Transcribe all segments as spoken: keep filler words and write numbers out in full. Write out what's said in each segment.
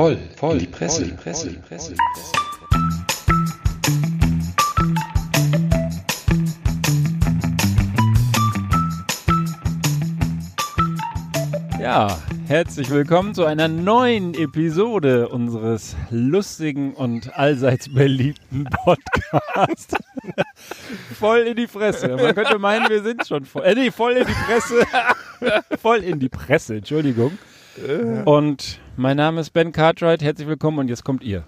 voll, voll, in die Presse, voll, Presse, voll, Presse, Presse. Ja, herzlich willkommen zu einer neuen Episode unseres lustigen und allseits beliebten Podcasts. Voll in die Fresse. Man könnte meinen, wir sind schon voll. Äh, nee, voll in die Presse. Voll in die Presse, Entschuldigung. Und mein Name ist Ben Cartwright. Herzlich willkommen und jetzt kommt ihr.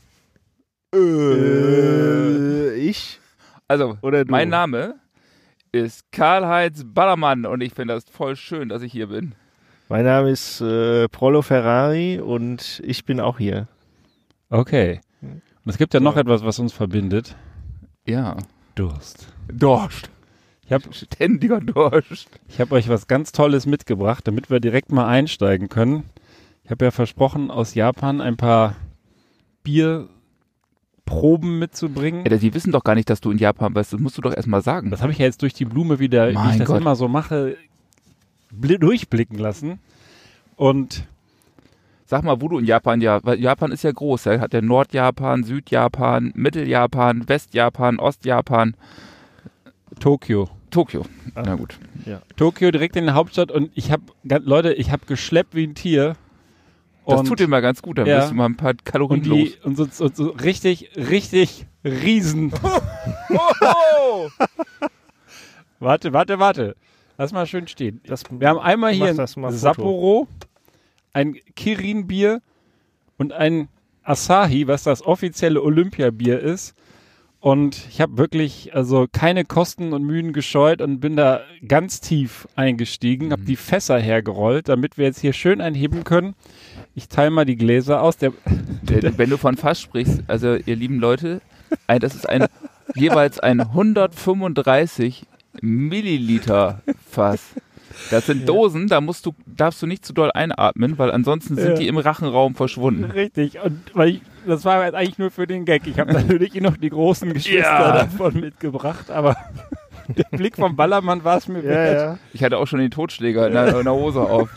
Äh, ich? Also, Oder du? Mein Name ist Karl-Heinz Ballermann und ich finde das voll schön, dass ich hier bin. Mein Name ist äh, Prollo Ferrari und ich bin auch hier. Okay. Und es gibt ja noch etwas, was uns verbindet. Ja. Durst. Durst. Ich habe Ständiger Durst. ich hab euch was ganz Tolles mitgebracht, damit wir direkt mal einsteigen können. Ich habe ja versprochen, aus Japan ein paar Bierproben mitzubringen. Ja, die wissen doch gar nicht, dass du in Japan bist. Das musst du doch erstmal sagen. Das habe ich ja jetzt durch die Blume wieder, wie Mein ich das Gott. immer so mache, bl- durchblicken lassen. Und Sag mal, wo du in Japan ja, weil Japan ist ja groß. Ja? Hat der Nordjapan, Südjapan, Mitteljapan, Westjapan, Ostjapan, Tokio. Tokio. Na gut. Tokio direkt in der Hauptstadt und ich habe, Leute, ich habe geschleppt wie ein Tier. Das und, tut dir mal ganz gut, dann ja. bist du mal ein paar Kalorien und los. die und so, so, so richtig, richtig riesen. Oh! Warte, warte, warte. Lass mal schön stehen. Das, Wir haben einmal hier Mach das mal ein Foto. Sapporo, ein Kirin-Bier und ein Asahi, was das offizielle Olympiabier ist. Und ich habe wirklich also keine Kosten und Mühen gescheut und bin da ganz tief eingestiegen, habe die Fässer hergerollt, damit wir jetzt hier schön einheben können. Ich teile mal die Gläser aus. Der, Der, wenn du von Fass sprichst, also ihr lieben Leute, ein, das ist ein jeweils ein hundertfünfunddreißig Milliliter Fass. Das sind Dosen, da musst du, darfst du nicht zu doll einatmen, weil ansonsten sind Ja. die im Rachenraum verschwunden. Richtig. Und weil ich, das war jetzt eigentlich nur für den Gag. Ich habe natürlich noch die großen Geschwister Ja. davon mitgebracht, aber der Blick vom Ballermann war es mir ja, wert. ja. Ich hatte auch schon den Totschläger in der, in der Hose auf.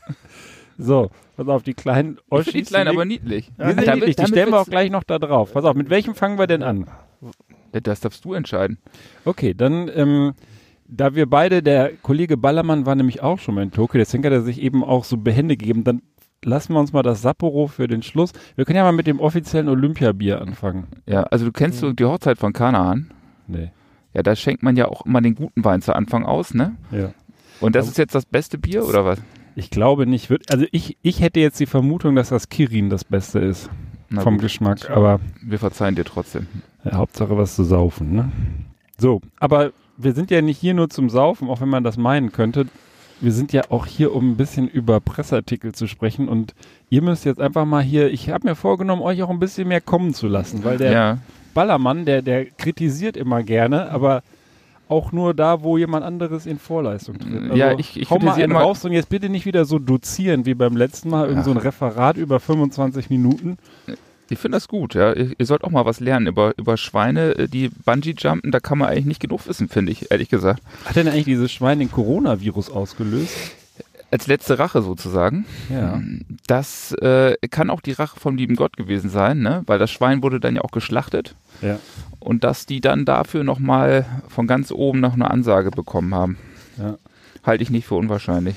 So, pass auf, die kleinen Ich finde Oschis. die klein, die- aber niedlich. Die sind Damit- niedlich, die damit stellen wir auch wird's- gleich noch da drauf. Pass auf, mit welchem fangen wir denn an? Das darfst du entscheiden. Okay, dann, ähm, da wir beide, der Kollege Ballermann war nämlich auch schon mal in Tokio, deswegen hat er sich eben auch so behende gegeben, dann lassen wir uns mal das Sapporo für den Schluss. Wir können ja mal mit dem offiziellen Olympiabier anfangen. Ja, also du kennst du die Hochzeit von Kanaan? Nee. Ja, da schenkt man ja auch immer den guten Wein zu Anfang aus, ne? Ja. Und das ist jetzt das beste Bier, oder was? Ich glaube nicht. Wird, also ich, ich hätte jetzt die Vermutung, dass das Kirin das Beste ist. Na vom gut. Geschmack. Aber Wir verzeihen dir trotzdem. ja, Hauptsache was zu saufen, ne? So, aber wir sind ja nicht hier nur zum Saufen, auch wenn man das meinen könnte. Wir sind ja auch hier, um ein bisschen über Presseartikel zu sprechen und ihr müsst jetzt einfach mal hier, ich habe mir vorgenommen, euch auch ein bisschen mehr kommen zu lassen, weil der Ja. Ballermann, der, der kritisiert immer gerne, aber auch nur da, wo jemand anderes in Vorleistung tritt. Also, Ja, ich- ich hau mal kritisiere einen immer- raus und jetzt bitte nicht wieder so dozieren wie beim letzten Mal, irgend so ein Referat über fünfundzwanzig Minuten. Ich finde das gut, ja. Ihr, ihr sollt auch mal was lernen über, über Schweine, äh, die Bungee-Jumpen. Da kann man eigentlich nicht genug wissen, finde ich, ehrlich gesagt. Hat denn eigentlich dieses Schwein den Coronavirus ausgelöst? Als letzte Rache sozusagen. Ja. Das äh, kann auch die Rache vom lieben Gott gewesen sein, ne? Weil das Schwein wurde dann ja auch geschlachtet. Ja. Und dass die dann dafür nochmal von ganz oben noch eine Ansage bekommen haben. Ja. Halte ich nicht für unwahrscheinlich.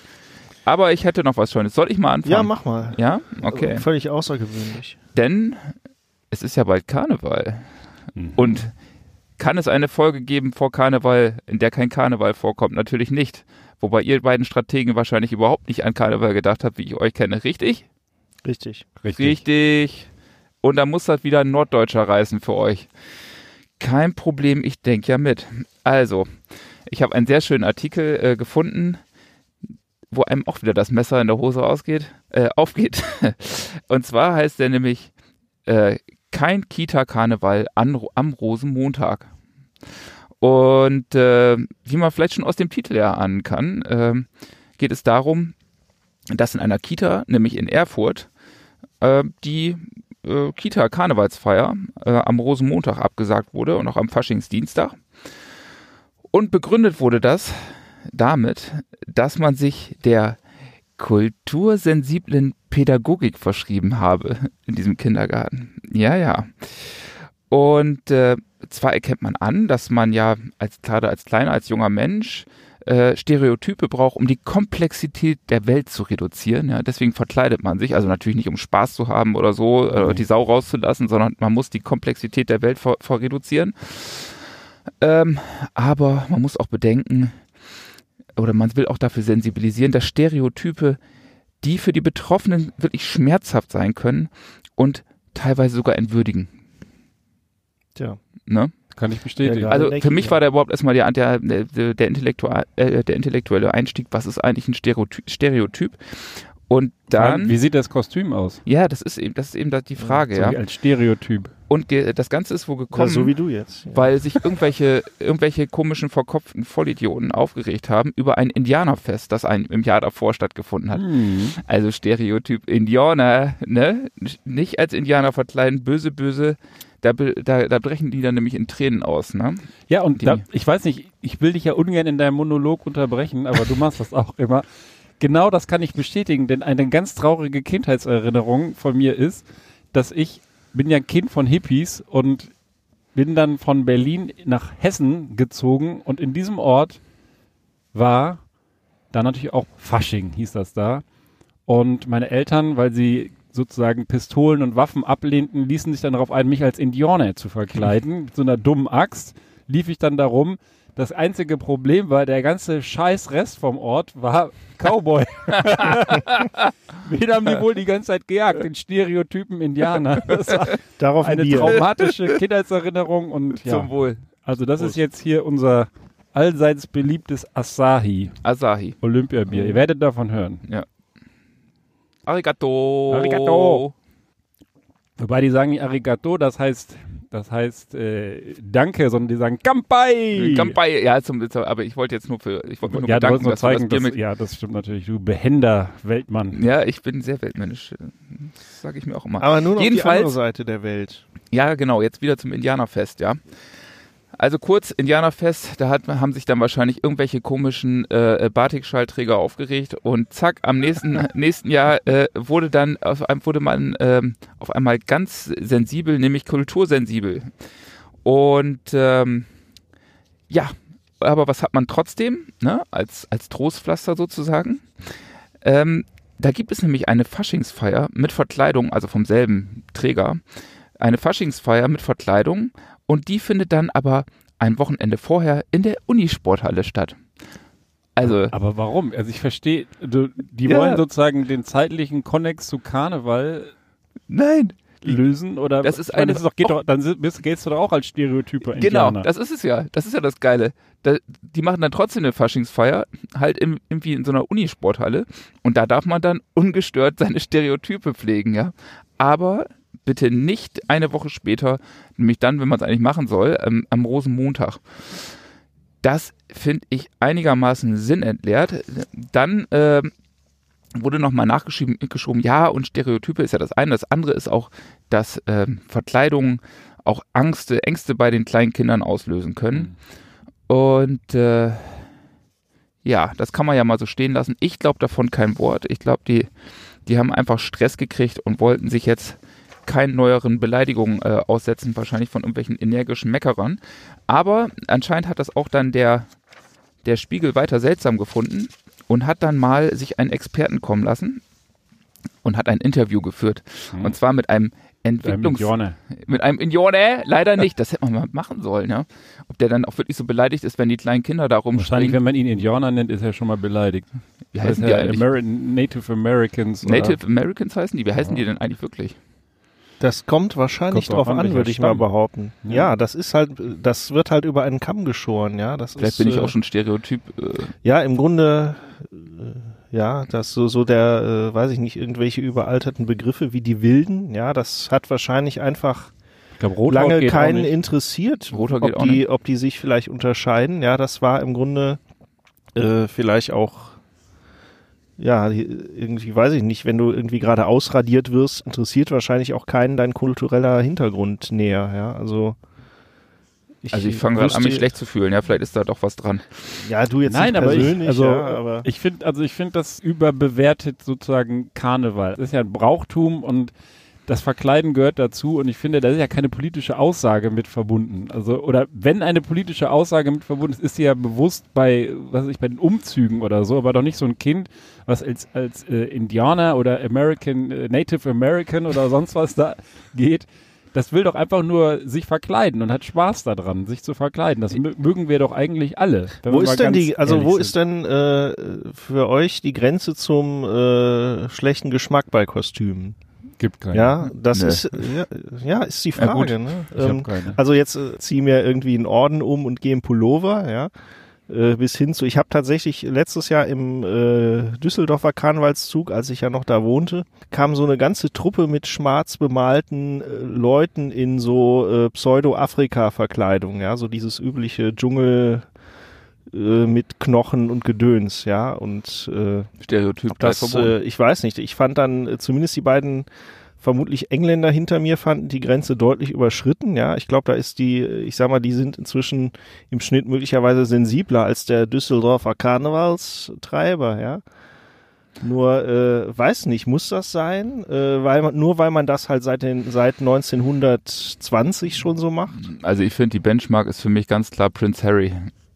Aber ich hätte noch was Schönes. Soll ich mal anfangen? Ja, mach mal. Ja? Okay. Völlig außergewöhnlich. Denn es ist ja bald Karneval. Mhm. Und kann es eine Folge geben vor Karneval, in der kein Karneval vorkommt? Natürlich nicht. Wobei ihr beiden Strategen wahrscheinlich überhaupt nicht an Karneval gedacht habt, wie ich euch kenne. Richtig? Richtig. Richtig. Richtig. Und dann muss das wieder ein Norddeutscher reißen für euch. Kein Problem, ich denke ja mit. Also, ich habe einen sehr schönen Artikel äh, gefunden, wo einem auch wieder das Messer in der Hose ausgeht, äh, aufgeht. Und zwar heißt der nämlich äh, kein Kita-Karneval an, am Rosenmontag. Und äh, wie man vielleicht schon aus dem Titel erahnen kann, äh, geht es darum, dass in einer Kita, nämlich in Erfurt, äh, die äh, Kita-Karnevalsfeier äh, am Rosenmontag abgesagt wurde und auch am Faschingsdienstag. Und begründet wurde das damit, dass man sich der kultursensiblen Pädagogik verschrieben habe in diesem Kindergarten. Ja, ja. Und äh, zwar erkennt man an, dass man ja als gerade als kleiner, als junger Mensch äh, Stereotype braucht, um die Komplexität der Welt zu reduzieren. Ja, deswegen verkleidet man sich, also natürlich nicht um Spaß zu haben oder so, äh, Mhm. die Sau rauszulassen, sondern man muss die Komplexität der Welt vor, vor reduzieren. Ähm, aber man muss auch bedenken, oder man will auch dafür sensibilisieren, dass Stereotype, die für die Betroffenen wirklich schmerzhaft sein können und teilweise sogar entwürdigen. Tja. Ne? Kann ich bestätigen. Ja, Also denke für ich, mich ja. war da überhaupt erstmal der, der, der, der, Intellektual, äh, der intellektuelle Einstieg, was ist eigentlich ein Stereotyp? Stereotyp? Und dann, Wie sieht das Kostüm aus? ja, das ist eben, das ist eben da die Frage, So ja. wie als Stereotyp. Und ge- das Ganze ist wo Ja, gekommen, so wie du jetzt. Ja. weil sich irgendwelche, irgendwelche komischen, verkopften Vollidioten aufgeregt haben über ein Indianerfest, das ein, im Jahr davor stattgefunden hat. Hm. Also Stereotyp Indianer, ne? Nicht als Indianer verkleiden, böse, böse, da, be- da, da brechen die dann nämlich in Tränen aus, ne? Ja, und Die- da, ich weiß nicht, ich will dich ja ungern in deinem Monolog unterbrechen, aber du machst das auch immer. Genau das kann ich bestätigen, denn eine ganz traurige Kindheitserinnerung von mir ist, dass ich bin ja ein Kind von Hippies und bin dann von Berlin nach Hessen gezogen und in diesem Ort war da natürlich auch Fasching, hieß das da. Und meine Eltern, weil sie sozusagen Pistolen und Waffen ablehnten, ließen sich dann darauf ein, mich als Indianer zu verkleiden. Mit so einer dummen Axt lief ich dann darum. Das einzige Problem war, der ganze scheiß Rest vom Ort war Cowboy. Wen haben die wohl die ganze Zeit gejagt? Den Stereotypen Indianer. Das war Darauf ein eine Bier. traumatische Kindheitserinnerung. Und ja, Zum Wohl. also das ist jetzt hier unser allseits beliebtes Asahi Asahi. Olympiabier. Ihr werdet davon hören. Arigato. Arigato. Wobei die sagen nicht Arigato, das heißt, das heißt äh, Danke, sondern die sagen Kampai. Kampai. Ja, zum, zum, aber ich wollte jetzt nur für, ich wollte mir nur Ja, du wolltest bedanken, nur dass du das zeigen, Bier dass, mit, ja, das stimmt natürlich. Du behender Weltmann. ja, ich bin sehr weltmännisch. Das sage ich mir auch immer. Aber nur noch Jedenfalls- die andere Seite der Welt. Ja, genau, jetzt wieder zum Indianerfest, ja. Also kurz, Indianerfest, da hat, haben sich dann wahrscheinlich irgendwelche komischen äh, Batik-Schallträger aufgeregt und zack, am nächsten, nächsten Jahr äh, wurde dann auf, einem- wurde man ähm, auf einmal ganz sensibel, nämlich kultursensibel. Und ähm, ja, aber was hat man trotzdem, ne, als, als Trostpflaster sozusagen? Ähm, da gibt es nämlich eine Faschingsfeier mit Verkleidung, also vom selben Träger, eine Faschingsfeier mit Verkleidung und die findet dann aber ein Wochenende vorher in der Unisporthalle statt. Also, Aber warum? Also ich verstehe, du- die Ja. wollen sozusagen den zeitlichen Konnex zu Karneval nein, lösen oder Das ist ich meine, eine- das ist doch, geht doch, dann si- bist, gehst du doch auch als Stereotyper genau, Indianer. das ist es ja, das ist ja das Geile. Da, die machen dann trotzdem eine Faschingsfeier, halt im, irgendwie in so einer Unisporthalle und da darf man dann ungestört seine Stereotype pflegen, ja. Aber bitte nicht eine Woche später, nämlich dann, wenn man es eigentlich machen soll, ähm, am Rosenmontag. Das finde ich einigermaßen sinnentleert. Dann ähm, wurde nochmal nachgeschoben, geschoben, ja, und Stereotype ist ja das eine. Das andere ist auch, dass ähm, Verkleidungen auch Ängste, Ängste bei den kleinen Kindern auslösen können. Und äh, ja, das kann man ja mal so stehen lassen. Ich glaube davon kein Wort. Ich glaube, die, die haben einfach Stress gekriegt und wollten sich jetzt keinen neueren Beleidigungen äh, aussetzen, wahrscheinlich von irgendwelchen energischen Meckerern. Aber anscheinend hat das auch dann der, der Spiegel weiter seltsam gefunden und hat dann mal sich einen Experten kommen lassen und hat ein Interview geführt. Hm. Und zwar mit einem Beim Entwicklungs... Indianer. Mit einem Indianer, leider nicht. Das hätte man mal machen sollen, ja. Ob der dann auch wirklich so beleidigt ist, wenn die kleinen Kinder da Wahrscheinlich, rumspringen. wenn man ihn Indianer nennt, ist er schon mal beleidigt. Wie Das heißen heißt die ja eigentlich? American, Native Americans. Native Americans heißen die? Wie heißen die denn eigentlich wirklich? Das kommt wahrscheinlich Kommt drauf drauf an, an, welcher würde ich mal Stamm. behaupten. Ja. Ja. das ist halt, das wird halt über einen Kamm geschoren, ja. Das Vielleicht ist, bin ich äh, auch schon Stereotyp. Äh, Ja, im Grunde, äh, ja, das so, so der, äh, weiß ich nicht, irgendwelche überalterten Begriffe wie die Wilden, ja, das hat wahrscheinlich einfach Ich glaube, Rothaut lange geht auch keinen nicht. interessiert, Rothaut geht ob auch die, nicht. ob die sich vielleicht unterscheiden. Ja, das war im Grunde äh, vielleicht auch, ja, die- irgendwie weiß ich nicht, wenn du irgendwie gerade ausradiert wirst, interessiert wahrscheinlich auch keinen dein kultureller Hintergrund näher, ja, also Ich also ich fange gerade an, mich schlecht zu fühlen. Ja, vielleicht ist da doch was dran. Ja, du jetzt Nein, nicht aber persönlich. ich, also, ja, aber ich finde, also ich finde das überbewertet sozusagen Karneval. Das ist ja ein Brauchtum und das Verkleiden gehört dazu und ich finde, da ist ja keine politische Aussage mit verbunden. Also, oder wenn eine politische Aussage mit verbunden ist, ist sie ja bewusst bei, was weiß ich, bei den Umzügen oder so, aber doch nicht so ein Kind, was als, als äh, Indianer oder American, äh, Native American oder sonst was da geht. Das will doch einfach nur sich verkleiden und hat Spaß daran, sich zu verkleiden. Das mö- mögen wir doch eigentlich alle. Wo ist denn die, also wo ist denn äh, für euch die Grenze zum äh, schlechten Geschmack bei Kostümen? Gibt keine. Ja, das Nee. ist ja, ja ist die Ja, gut. Frage. Ne? Ich hab Ähm, keine. also jetzt äh, zieh mir irgendwie einen Orden um und gehe im Pullover, ja. Äh, bis hin zu, ich habe tatsächlich letztes Jahr im äh, Düsseldorfer Karnevalszug, als ich ja noch da wohnte, kam so eine ganze Truppe mit schwarz bemalten äh, Leuten in so äh, Pseudo-Afrika-Verkleidung, ja, so dieses übliche Dschungel äh, mit Knochen und Gedöns, ja, und äh, Stereotyp gleich das, verboten. äh, ich weiß nicht, ich fand dann äh, zumindest die beiden vermutlich Engländer hinter mir fanden die Grenze deutlich überschritten, ja, ich glaube, da ist die, ich sag mal, die sind inzwischen im Schnitt möglicherweise sensibler als der Düsseldorfer Karnevalstreiber, ja. Nur, äh, weiß nicht, muss das sein? Äh, weil man, nur weil man das halt seit den, seit neunzehnhundertzwanzig schon so macht? Also ich finde, die Benchmark ist für mich ganz klar Prince Harry.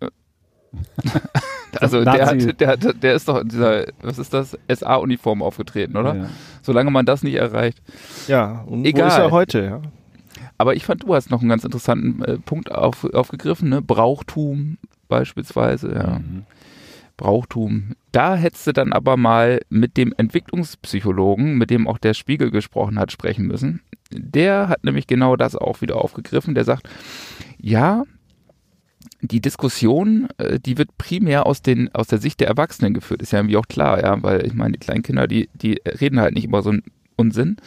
Also der, Nazi. hat, der, hat, der ist doch in dieser, was ist das, S A-Uniform aufgetreten, oder? Ja. Solange man das nicht erreicht. Ja, und Egal. wo ist er heute, ja? Aber ich fand, du hast noch einen ganz interessanten äh, Punkt auf, aufgegriffen, ne? Brauchtum beispielsweise, ja. Mhm. Brauchtum. Da hättest du dann aber mal mit dem Entwicklungspsychologen, mit dem auch der Spiegel gesprochen hat, sprechen müssen. Der hat nämlich genau das auch wieder aufgegriffen. Der sagt, ja, die Diskussion, äh, die wird primär aus den aus der Sicht der Erwachsenen geführt. Ist ja irgendwie auch klar, ja, weil ich meine, die Kleinkinder, die die reden halt nicht über so einen Unsinn.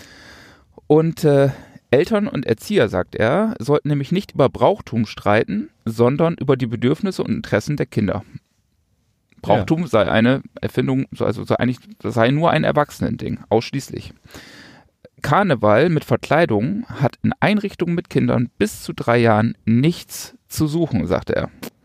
Und äh, Eltern und Erzieher, sagt er, sollten nämlich nicht über Brauchtum streiten, sondern über die Bedürfnisse und Interessen der Kinder. Brauchtum ja. sei eine Erfindung, also sei eigentlich sei nur ein Erwachsenending, ausschließlich. Karneval mit Verkleidung hat in Einrichtungen mit Kindern bis zu drei Jahren nichts zu suchen, sagt er.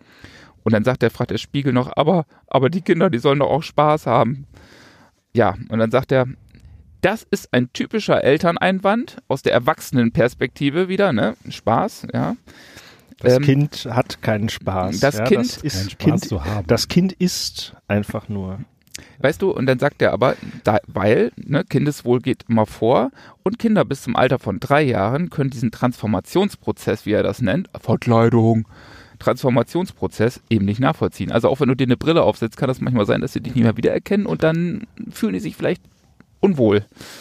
Und dann sagt er, fragt der Spiegel noch, aber, aber die Kinder, die sollen doch auch Spaß haben. Ja, und dann sagt er, das ist ein typischer Elterneinwand aus der Erwachsenenperspektive wieder, ne? Spaß, ja. Das Ähm, Kind hat keinen Spaß. das ja, Kind- das ist Keinen Spaß kind, zu haben. Das Kind ist einfach nur. Weißt du, und dann sagt er aber, da, weil, ne, Kindeswohl geht immer vor und Kinder bis zum Alter von drei Jahren können diesen Transformationsprozess, wie er das nennt, Verkleidung, Transformationsprozess eben nicht nachvollziehen. Also auch wenn du dir eine Brille aufsetzt, kann das manchmal sein, dass sie dich nicht mehr wiedererkennen und dann fühlen die sich vielleicht unwohl.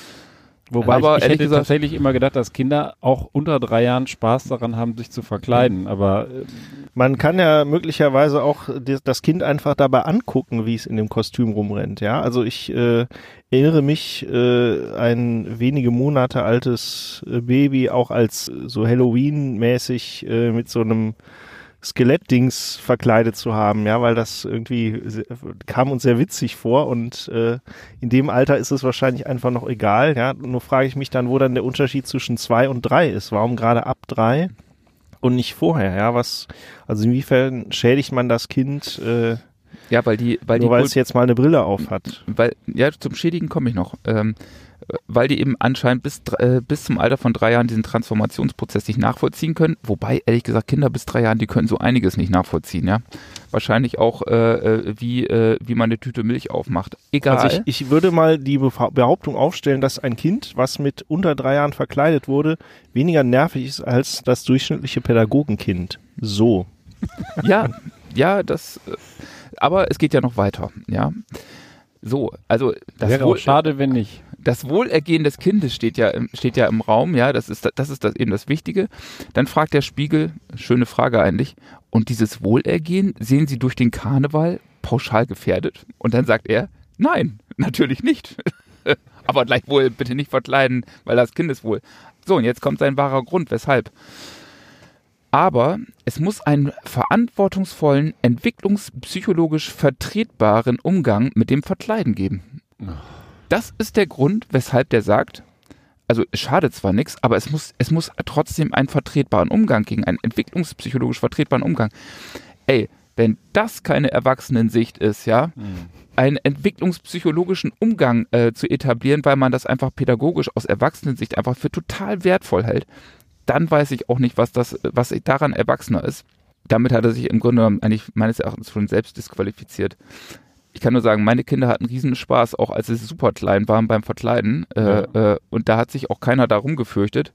Wobei Aber ich, ich ehrlich hätte gesagt- tatsächlich immer gedacht, dass Kinder auch unter drei Jahren Spaß daran haben, sich zu verkleiden. Aber äh, Man kann ja möglicherweise auch das das Kind einfach dabei angucken, wie es in dem Kostüm rumrennt. Ja, also ich äh, erinnere mich, äh, ein wenige Monate altes äh, Baby auch als äh, so Halloween-mäßig äh, mit so einem Skelettdings verkleidet zu haben, ja, weil das irgendwie se- kam uns sehr witzig vor und äh, in dem Alter ist es wahrscheinlich einfach noch egal, ja, nur frage ich mich dann, wo dann der Unterschied zwischen zwei und drei ist, warum gerade ab drei und nicht vorher, ja, was, also inwiefern schädigt man das Kind, äh, Ja, weil die, weil nur die weil Kult- es jetzt mal eine Brille auf hat. weil, ja, zum Schädigen komme ich noch, ähm, weil die eben anscheinend bis, dr- äh, bis zum Alter von drei Jahren diesen Transformationsprozess nicht nachvollziehen können, wobei, ehrlich gesagt, Kinder bis drei Jahren, die können so einiges nicht nachvollziehen, ja. Wahrscheinlich auch, äh, äh, wie, äh, wie man eine Tüte Milch aufmacht. Egal. Also ich, ich würde mal die Beha- Behauptung aufstellen, dass ein Kind, was mit unter drei Jahren verkleidet wurde, weniger nervig ist als das durchschnittliche Pädagogenkind. So. Ja, ja, das, äh, aber es geht ja noch weiter, ja. So, also das, wäre auch Wohl, schade, wenn nicht. das Wohlergehen des Kindes steht ja, im, steht ja im Raum, ja, das ist, das ist das eben das Wichtige. Dann fragt der Spiegel, schöne Frage eigentlich, und dieses Wohlergehen sehen Sie durch den Karneval pauschal gefährdet? Und dann sagt er, nein, natürlich nicht. Aber gleichwohl bitte nicht verkleiden, weil das Kindeswohl. So, und jetzt kommt sein wahrer Grund, weshalb. Aber es muss einen verantwortungsvollen, entwicklungspsychologisch vertretbaren Umgang mit dem Verkleiden geben. Das ist der Grund, weshalb der sagt, also es schadet zwar nichts, aber es muss, es muss trotzdem einen vertretbaren Umgang gegen einen entwicklungspsychologisch vertretbaren Umgang. Ey, wenn das keine Erwachsenensicht ist, ja, mhm. einen entwicklungspsychologischen Umgang äh, zu etablieren, weil man das einfach pädagogisch aus Erwachsenensicht einfach für total wertvoll hält, dann weiß ich auch nicht, was das, was daran erwachsener ist. Damit hat er sich im Grunde genommen eigentlich meines Erachtens schon selbst disqualifiziert. Ich kann nur sagen, meine Kinder hatten riesen Spaß, auch als sie super klein waren beim Verkleiden. Ja. Äh, äh, und da hat sich auch keiner darum gefürchtet.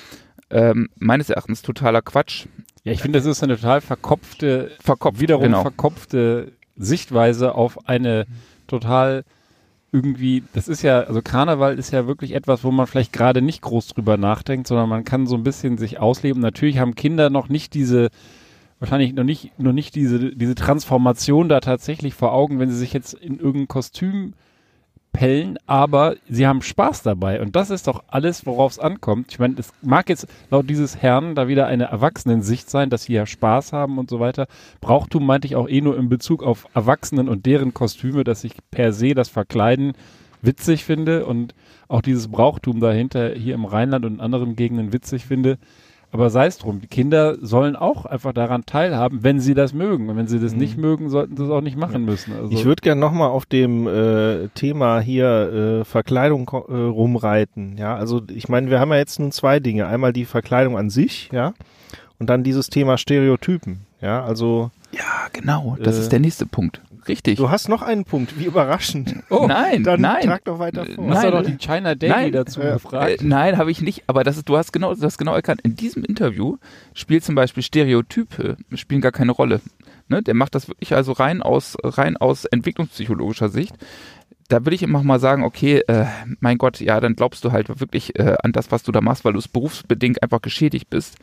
Ähm, meines Erachtens totaler Quatsch. Ja, ich finde, das ist eine total verkopfte, Verkopft, wiederum genau. verkopfte Sichtweise auf eine total irgendwie, das ist ja, also Karneval ist ja wirklich etwas, wo man vielleicht gerade nicht groß drüber nachdenkt, sondern man kann so ein bisschen sich ausleben. Natürlich haben Kinder noch nicht diese, wahrscheinlich noch nicht, noch nicht diese, diese Transformation da tatsächlich vor Augen, wenn sie sich jetzt in irgendein Kostüm pellen, aber sie haben Spaß dabei und das ist doch alles, worauf es ankommt. Ich meine, es mag jetzt laut dieses Herrn da wieder eine Erwachsenensicht sein, dass sie ja Spaß haben und so weiter. Brauchtum meinte ich auch eh nur in Bezug auf Erwachsenen und deren Kostüme, dass ich per se das Verkleiden witzig finde und auch dieses Brauchtum dahinter hier im Rheinland und in anderen Gegenden witzig finde. Aber sei es drum, die Kinder sollen auch einfach daran teilhaben, wenn sie das mögen. Und wenn sie das mhm. nicht mögen, sollten sie es auch nicht machen müssen. Also ich würde gerne nochmal auf dem äh, Thema hier äh, Verkleidung äh, rumreiten. Ja, also ich meine, wir haben ja jetzt nun zwei Dinge. Einmal die Verkleidung an sich, ja, und dann dieses Thema Stereotypen. Ja, also ja, genau, das äh, ist der nächste Punkt. Richtig. Du hast noch einen Punkt, wie überraschend. Oh, nein, dann nein. trag doch weiter vor. Nein, hast du doch die China Daily nein, dazu äh, gefragt? Äh, nein, habe ich nicht, aber das ist, du hast genau, du hast genau erkannt. In diesem Interview spielt zum Beispiel Stereotype, spielen gar keine Rolle. Ne? Der macht das wirklich also rein aus, rein aus entwicklungspsychologischer Sicht. Da will ich immer mal sagen, okay, äh, mein Gott, ja, dann glaubst du halt wirklich äh, an das, was du da machst, weil du es berufsbedingt einfach geschädigt bist.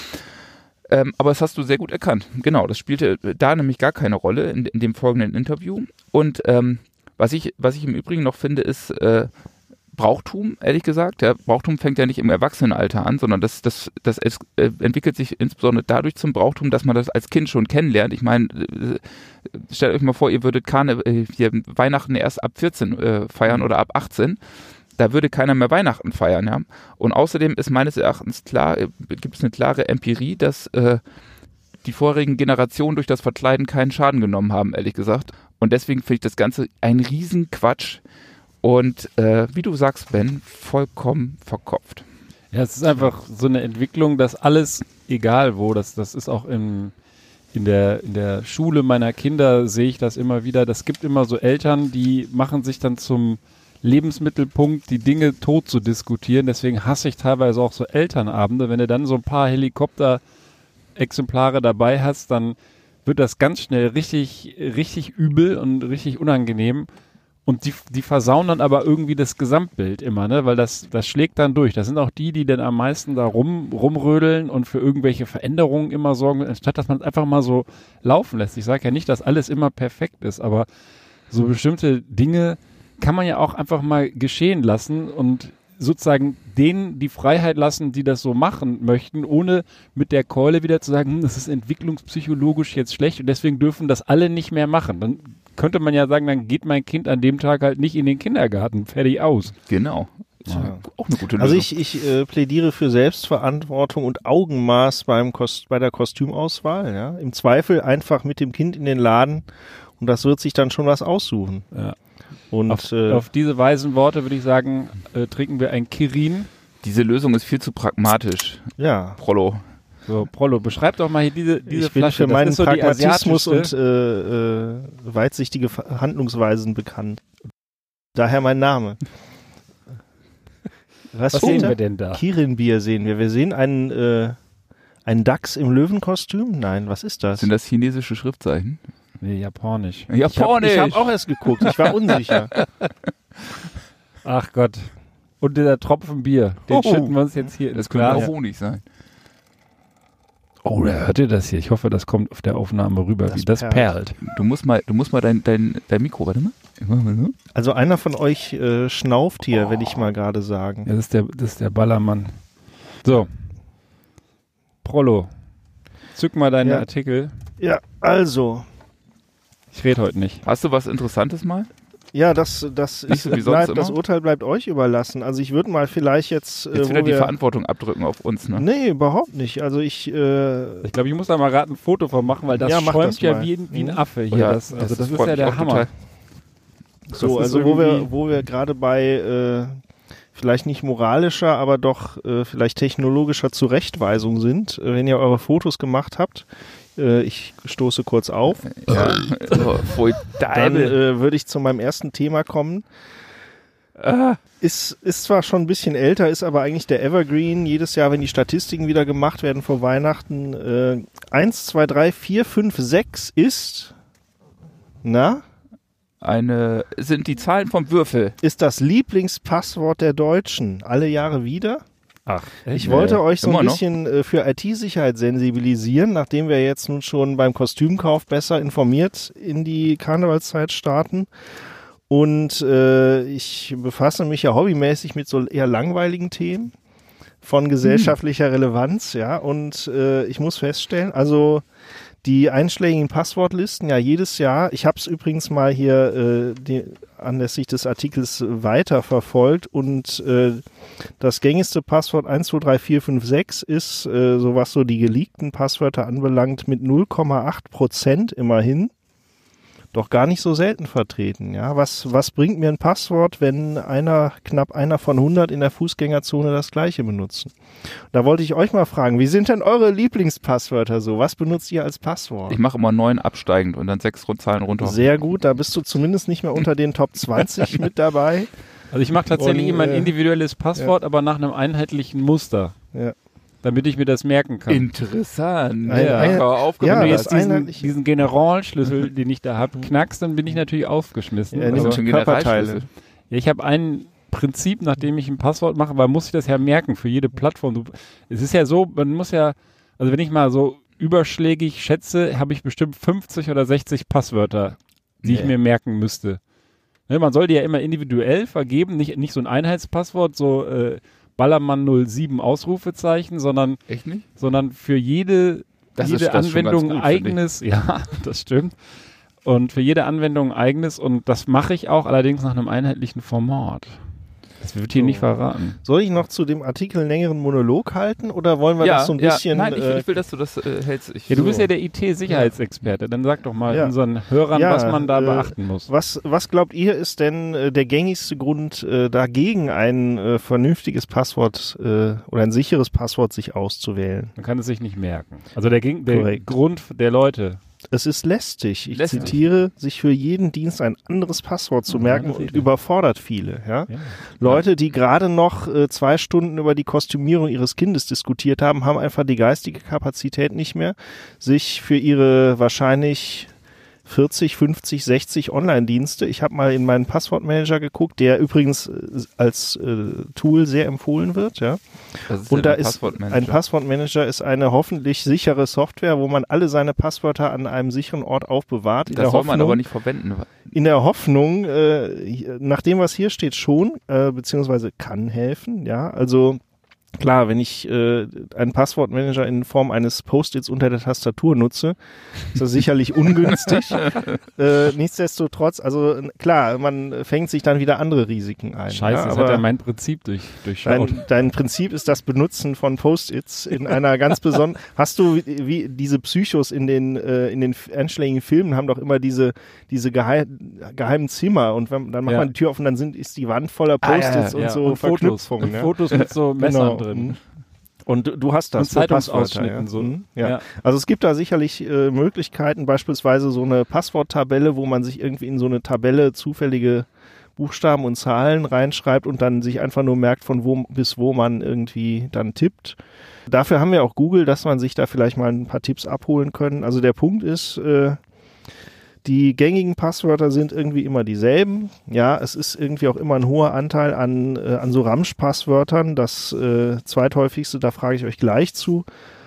Ähm, aber das hast du sehr gut erkannt. Genau, das spielte da nämlich gar keine Rolle in, in dem folgenden Interview. Und ähm, was ich, was ich im Übrigen noch finde, ist äh, Brauchtum, ehrlich gesagt. Ja, Brauchtum fängt ja nicht im Erwachsenenalter an, sondern das, das, das es, äh, entwickelt sich insbesondere dadurch zum Brauchtum, dass man das als Kind schon kennenlernt. Ich meine, äh, stellt euch mal vor, ihr würdet Karne, äh, hier Weihnachten erst ab vierzehn äh, feiern oder ab achtzehn. Da würde keiner mehr Weihnachten feiern, ja. Und außerdem ist meines Erachtens klar, gibt es eine klare Empirie, dass äh, die vorigen Generationen durch das Verkleiden keinen Schaden genommen haben, ehrlich gesagt. Und deswegen finde ich das Ganze ein Riesenquatsch und äh, wie du sagst, Ben, vollkommen verkopft. Ja, es ist einfach so eine Entwicklung, dass alles, egal wo, das, das ist auch im, in, der, in der Schule meiner Kinder, sehe ich das immer wieder. Das gibt immer so Eltern, die machen sich dann zum Lebensmittelpunkt, die Dinge tot zu diskutieren. Deswegen hasse ich teilweise auch so Elternabende. Wenn du dann so ein paar Helikopter-Exemplare dabei hast, dann wird das ganz schnell richtig, richtig übel und richtig unangenehm. Und die, die versauen dann aber irgendwie das Gesamtbild immer, ne? Weil das, das schlägt dann durch. Das sind auch die, die dann am meisten da rum, rumrödeln und für irgendwelche Veränderungen immer sorgen, anstatt dass man es einfach mal so laufen lässt. Ich sage ja nicht, dass alles immer perfekt ist, aber so bestimmte Dinge kann man ja auch einfach mal geschehen lassen und sozusagen denen die Freiheit lassen, die das so machen möchten, ohne mit der Keule wieder zu sagen, hm, das ist entwicklungspsychologisch jetzt schlecht und deswegen dürfen das alle nicht mehr machen. Dann könnte man ja sagen, dann geht mein Kind an dem Tag halt nicht in den Kindergarten, fertig aus. Genau. Ja. Auch eine gute Lösung. Also ich, ich äh, plädiere für Selbstverantwortung und Augenmaß beim Kost- bei der Kostümauswahl. Ja? Im Zweifel einfach mit dem Kind in den Laden und das wird sich dann schon was aussuchen. Ja. Und, auf, äh, auf diese weisen Worte würde ich sagen, äh, trinken wir ein Kirin. Diese Lösung ist viel zu pragmatisch. Ja. Prollo. So, Prollo, beschreib doch mal hier diese, diese ich bin Flasche. für meinen so Pragmatismus und äh, äh, weitsichtige Handlungsweisen bekannt. Daher mein Name. Was, Was sehen wir denn da? Kirin-Bier sehen wir. Wir sehen einen, äh, einen Dachs im Löwenkostüm. Nein, was ist das? Sind das chinesische Schriftzeichen? Nee, japanisch. Japanisch. Ich habe hab auch erst geguckt, ich war unsicher. Ach Gott. Und dieser Tropfen Bier, den oh, schütten wir uns jetzt hier das ins könnte Glas. auch Honig sein. Oh, da hört ihr das hier? Ich hoffe, das kommt auf der Aufnahme rüber, Das wie das perlt. perlt. Du musst mal, du musst mal dein, dein, dein Mikro, warte mal. Also einer von euch äh, schnauft hier, oh. will ich mal gerade sagen. Ja, das ist der, das ist der Ballermann. So. Prollo. Zück mal deine Ja. Artikel. Ja, also. Ich rede heute nicht. Hast du was Interessantes mal? Ja, das, das, Nicht so wie ist, sonst bleibt, das immer? Urteil bleibt euch überlassen. Also ich würde mal vielleicht jetzt... äh, Jetzt wo wieder die wir, Verantwortung abdrücken auf uns, ne? Nee, überhaupt nicht. Also ich... Äh, Ich glaube, ich muss da mal gerade ein Foto von machen, weil das Ja, mach schäumt das ja mal. wie, ein- wie ein Mhm. Affe hier. Ja, das, also das, ist freut ja mich der auch Hammer. total. Das so, ist also wo irgendwie- wir, wo wir gerade bei äh, vielleicht nicht moralischer, aber doch äh, vielleicht technologischer Zurechtweisung sind, äh, wenn ihr eure Fotos gemacht habt, äh, ich stoße kurz auf, Ja. Oh, voll dann Deibel. äh, würde ich zu meinem ersten Thema kommen. Ah. Ist, ist zwar schon ein bisschen älter, ist aber eigentlich der Evergreen. Jedes Jahr, wenn die Statistiken wieder gemacht werden vor Weihnachten, äh, eins, zwei, drei, vier, fünf, sechs ist, na, Eine, sind die Zahlen vom Würfel. ist das Lieblingspasswort der Deutschen. Alle Jahre wieder. Ach, Ich echt? wollte Ja, euch so immer ein noch. bisschen äh, für I T-Sicherheit sensibilisieren, nachdem wir jetzt nun schon beim Kostümkauf besser informiert in die Karnevalszeit starten. Und äh, ich befasse mich ja hobbymäßig mit so eher langweiligen Themen von gesellschaftlicher Relevanz, ja. Und äh, ich muss feststellen, also die einschlägigen Passwortlisten, ja, jedes Jahr, ich habe es übrigens mal hier äh, die, anlässlich des Artikels weiterverfolgt und äh, das gängigste Passwort eins, zwei, drei, vier, fünf, sechs ist, äh, so was so die geleakten Passwörter anbelangt, mit null Komma acht Prozent immerhin doch gar nicht so selten vertreten. Ja, was, was bringt mir ein Passwort, wenn einer, knapp einer von hundert in der Fußgängerzone das gleiche benutzen? Da wollte ich euch mal fragen, wie sind denn eure Lieblingspasswörter so? Was benutzt ihr als Passwort? Ich mache immer neun absteigend und dann sechs Zahlen runter. Sehr gut, da bist du zumindest nicht mehr unter den Top zwanzig mit dabei. Also ich mache tatsächlich Und, immer ein äh, individuelles Passwort, aber nach einem einheitlichen Muster, Ja. damit ich mir das merken kann. Interessant. Ein- ja, ein- aufgepasst. ja, Wenn du das jetzt diesen, einheitliche- diesen Generalschlüssel, den ich da habe, knackst, dann bin ich natürlich aufgeschmissen. Ja, aber, nicht Aber schon Körperteile. Generalschlüssel. ja, ich habe ein Prinzip, nachdem ich ein Passwort mache, weil muss ich das ja merken für jede Plattform. Du, es ist ja so, man muss ja, also wenn ich mal so überschlägig schätze, habe ich bestimmt fünfzig oder sechzig Passwörter, die ich Nee. mir merken müsste. Ne, man soll die ja immer individuell vergeben, nicht, nicht so ein Einheitspasswort, so äh, Ballermann null sieben Ausrufezeichen, sondern, Echt nicht? sondern für jede, Das ist- jede das ist schon Anwendung ganz gut, finde ich. eigenes, ja, das stimmt. Und für jede Anwendung eigenes und das mache ich auch allerdings nach einem einheitlichen Format. Das wird hier So. nicht verraten. Soll ich noch zu dem Artikel einen längeren Monolog halten oder wollen wir das so ein bisschen... Ja, nein, ich, äh, ich will, dass du das äh, hältst. Ich, Ja, du So. bist ja der I T-Sicherheitsexperte. Dann sag doch mal Ja. unseren Hörern, Ja, was man da äh, beachten muss. Was, was glaubt ihr, ist denn äh, der gängigste Grund äh, dagegen, ein äh, vernünftiges Passwort äh, oder ein sicheres Passwort sich auszuwählen? Man kann es sich nicht merken. Also der, Geg- der Korrekt. Grund der Leute. Es ist lästig. Ich Lästig. zitiere, sich für jeden Dienst ein anderes Passwort zu Ja, merken meine und Rede. überfordert viele. Ja? Ja. Leute, die gerade noch äh, zwei Stunden über die Kostümierung ihres Kindes diskutiert haben, haben einfach die geistige Kapazität nicht mehr, sich für ihre wahrscheinlich vierzig, fünfzig, sechzig Online-Dienste. Ich habe mal in meinen Passwortmanager geguckt, der übrigens äh, als äh, Tool sehr empfohlen wird. Ja. Das ist Und ja da ein ist Passwortmanager. ein Passwortmanager ist eine hoffentlich sichere Software, wo man alle seine Passwörter an einem sicheren Ort aufbewahrt. In Das der soll man Hoffnung, aber nicht verwenden. in der Hoffnung, äh, nach dem, was hier steht, schon, äh, beziehungsweise kann helfen, ja, also klar, wenn ich äh, einen Passwortmanager in Form eines Post-its unter der Tastatur nutze, ist das sicherlich ungünstig. äh, nichtsdestotrotz, also n- klar, man fängt sich dann wieder andere Risiken ein. Scheiße, ja, das aber hat ja mein Prinzip durch, durchschaut. Dein, dein Prinzip ist das Benutzen von Post-its in einer ganz besonderen. Hast du wie, wie diese Psychos in den äh, in den f- einschlägigen Filmen haben doch immer diese diese geheim, geheimen Zimmer und wenn, dann macht Ja. man die Tür auf und dann sind ist die Wand voller Ah, ja, Post-its ja, und Ja, so und Fotos, Verknüpfungen. und ja. Fotos mit so Messern Genau. drin. Mhm. Und du- du hast das Und für Passwörter, Zeitungsausschnitten ja. so. Mhm. Ja. Ja. Also es gibt da sicherlich äh, Möglichkeiten, beispielsweise so eine Passworttabelle, wo man sich irgendwie in so eine Tabelle zufällige Buchstaben und Zahlen reinschreibt und dann sich einfach nur merkt, von wo bis wo man irgendwie dann tippt. Dafür haben wir auch Google, dass man sich da vielleicht mal ein paar Tipps abholen können. Also der Punkt ist, äh, die gängigen Passwörter sind irgendwie immer dieselben. Ja, es ist irgendwie auch immer ein hoher Anteil an, äh, an so Ramsch-Passwörtern. Das äh, zweithäufigste, da frage ich euch gleich zu.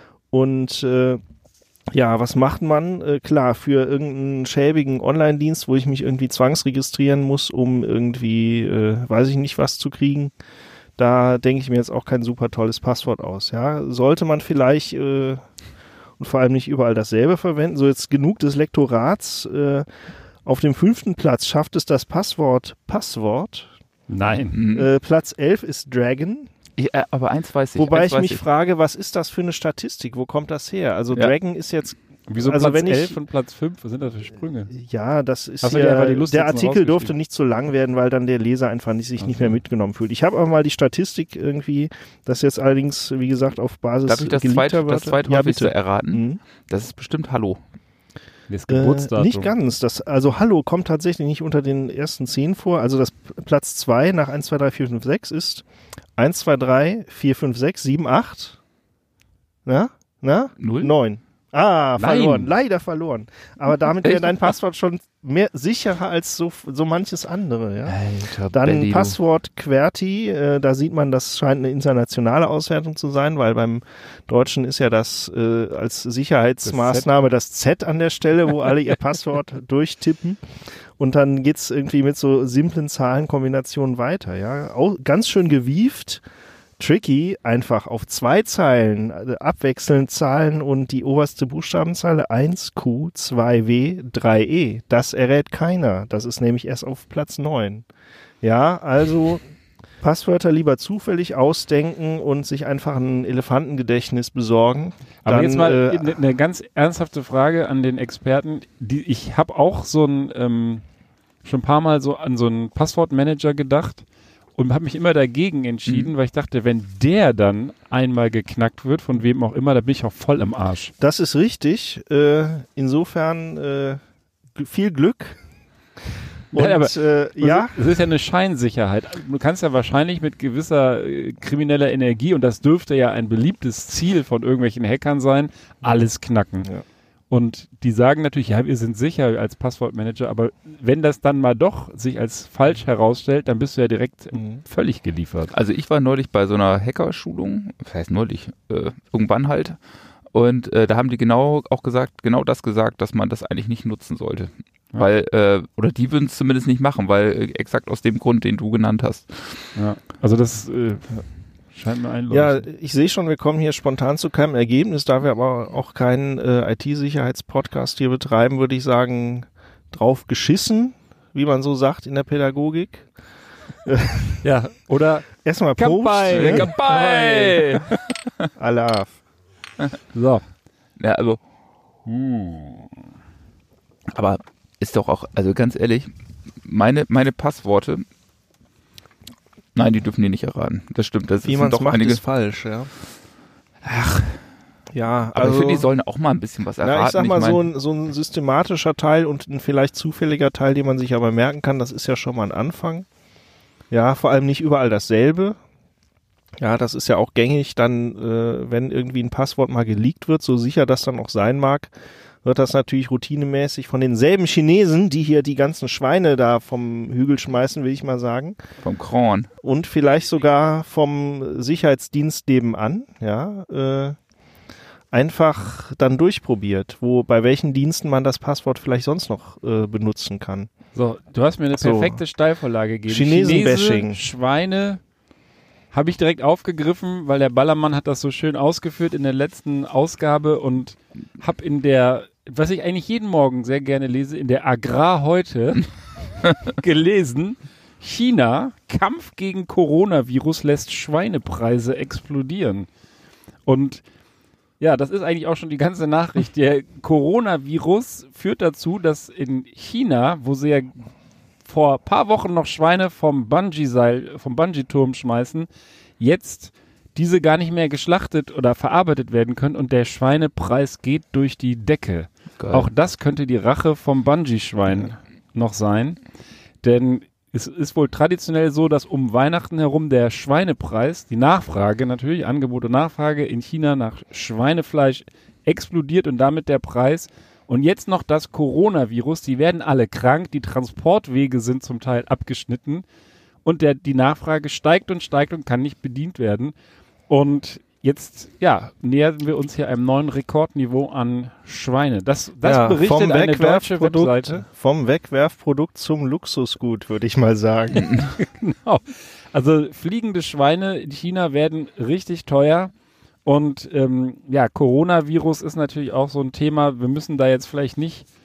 Und äh, ja, was macht man? Äh, klar, für irgendeinen schäbigen Online-Dienst, wo ich mich irgendwie zwangsregistrieren muss, um irgendwie, äh, weiß ich nicht, was zu kriegen, da denke ich mir jetzt auch kein super tolles Passwort aus. Ja, sollte man vielleicht äh, und vor allem nicht überall dasselbe verwenden. So, jetzt genug des Lektorats. Äh, Auf dem fünften Platz schafft es das Passwort Passwort. Nein. Mhm. Äh, Platz elf ist Dragon. Ich, äh, aber eins weiß ich. Wobei eins ich mich weiß frage, was ist das für eine Statistik? Wo kommt das her? Also Ja. Dragon ist jetzt, Wieso Also Platz wenn ich- elf und Platz fünf? Was sind das für Sprünge? ja, das ist Hast du dir ja, einfach die lustigsten der Artikel rausgeschrieben? durfte nicht so lang werden, weil dann der Leser einfach nicht, sich nicht mehr mitgenommen fühlt. Ich habe aber mal die Statistik irgendwie, das jetzt allerdings, wie gesagt, auf Basis Darf ich das, geleakter zweit, das Wörter- zweithäufigste ja, bitte. erraten? Mhm. Das ist bestimmt Hallo. Das Äh, Geburtsdatum. nicht ganz. Das, also Hallo kommt tatsächlich nicht unter den ersten zehn vor. Also das P- Platz zwei nach eins, zwei, drei, vier, fünf, sechs ist eins, zwei, drei, vier, fünf, sechs, sieben, acht. Na? Na? Null? neun. Ah, Nein. verloren. Leider verloren. Aber damit wäre Echt? dein Passwort schon mehr sicherer als so, so manches andere. Ja? Alter Dann Belly, du. Passwort QWERTY, äh, da sieht man, das scheint eine internationale Auswertung zu sein, weil beim Deutschen ist ja das äh, als Sicherheitsmaßnahme das Z an der Stelle, wo alle ihr Passwort durchtippen. Und dann geht's irgendwie mit so simplen Zahlenkombinationen weiter. Ja, Auch ganz schön gewieft. Tricky, einfach auf zwei Zeilen äh, abwechselnd Zahlen und die oberste Buchstabenzeile eins Q, zwei W, drei E. Das errät keiner. Das ist nämlich erst auf Platz neun. Ja, also Passwörter lieber zufällig ausdenken und sich einfach ein Elefantengedächtnis besorgen. Aber Dann, jetzt mal äh, eine ne ganz ernsthafte Frage an den Experten. Die, ich habe auch so ein, ähm, schon ein paar Mal so an so einen Passwortmanager gedacht und habe mich immer dagegen entschieden, Mhm. weil ich dachte, wenn der dann einmal geknackt wird, von wem auch immer, da bin ich auch voll im Arsch. Das ist richtig. Äh, insofern äh, g- viel Glück. Und Nein, aber- äh, ja, Es ist ja eine Scheinsicherheit. Du kannst ja wahrscheinlich mit gewisser äh, krimineller Energie, und das dürfte ja ein beliebtes Ziel von irgendwelchen Hackern sein, alles knacken. Ja. Und die sagen natürlich, ja, wir sind sicher als Passwortmanager, aber wenn das dann mal doch sich als falsch herausstellt, dann bist du ja direkt Mhm. völlig geliefert. Also ich war neulich bei so einer Hackerschulung, das heißt neulich, äh, irgendwann halt. Und äh, da haben die genau auch gesagt, genau das gesagt, dass man das eigentlich nicht nutzen sollte. Ja. Weil, äh, oder die würden es zumindest nicht machen, weil äh, exakt aus dem Grund, den du genannt hast. Ja. Also das äh, scheint mir Ja, einleuchtend. ich sehe schon, wir kommen hier spontan zu keinem Ergebnis. Da wir aber auch keinen äh, I T-Sicherheitspodcast hier betreiben, würde ich sagen, drauf geschissen, wie man so sagt in der Pädagogik. Ja, oder Erstmal Prost. Kampai, ne? Kampai! Allah. so. Ja, also, aber ist doch auch, also ganz ehrlich, meine, meine Passworte, nein, die dürfen die nicht erraten. Das stimmt, das Wie sind man es doch macht, einige. ist falsch, ja. Ach, Ja, aber also, ich finde, die sollen auch mal ein bisschen was erraten. na, ich sag mal, mein, so, ein, so ein systematischer Teil und ein vielleicht zufälliger Teil, den man sich aber merken kann, das ist ja schon mal ein Anfang. Ja, vor allem nicht überall dasselbe. Ja, das ist ja auch gängig, dann, äh, wenn irgendwie ein Passwort mal geleakt wird, so sicher das dann auch sein mag, wird das natürlich routinemäßig von denselben Chinesen, die hier die ganzen Schweine da vom Hügel schmeißen, will ich mal sagen, vom Kron. und vielleicht sogar vom Sicherheitsdienst nebenan, ja, äh, einfach dann durchprobiert, wo bei welchen Diensten man das Passwort vielleicht sonst noch äh, benutzen kann. So, du hast mir eine So. perfekte Steilvorlage gegeben. Chinesen-Bashing. Chinese, Schweine habe ich direkt aufgegriffen, weil der Ballermann hat das so schön ausgeführt in der letzten Ausgabe und habe in der, was ich eigentlich jeden Morgen sehr gerne lese, in der Agrar heute gelesen, China, Kampf gegen Coronavirus lässt Schweinepreise explodieren. Und ja, das ist eigentlich auch schon die ganze Nachricht. Der Coronavirus führt dazu, dass in China, wo sie ja vor ein paar Wochen noch Schweine vom Bungee-Seil, vom Bungee-Turm schmeißen, jetzt diese gar nicht mehr geschlachtet oder verarbeitet werden können und der Schweinepreis geht durch die Decke. Geil. Auch das könnte die Rache vom Bungee-Schwein noch sein, denn es ist wohl traditionell so, dass um Weihnachten herum der Schweinepreis, die Nachfrage natürlich, Angebot und Nachfrage in China nach Schweinefleisch explodiert und damit der Preis. Und jetzt noch das Coronavirus, die werden alle krank, die Transportwege sind zum Teil abgeschnitten und der, die Nachfrage steigt und steigt und kann nicht bedient werden. Und jetzt, ja, nähern wir uns hier einem neuen Rekordniveau an Schweine. Das, das Ja, berichtet vom eine deutsche Wegwerfprodukt, Webseite. vom Wegwerfprodukt zum Luxusgut, würde ich mal sagen. Genau. Also fliegende Schweine in China werden richtig teuer. Und ähm, ja, Coronavirus ist natürlich auch so ein Thema. Wir müssen da jetzt vielleicht nicht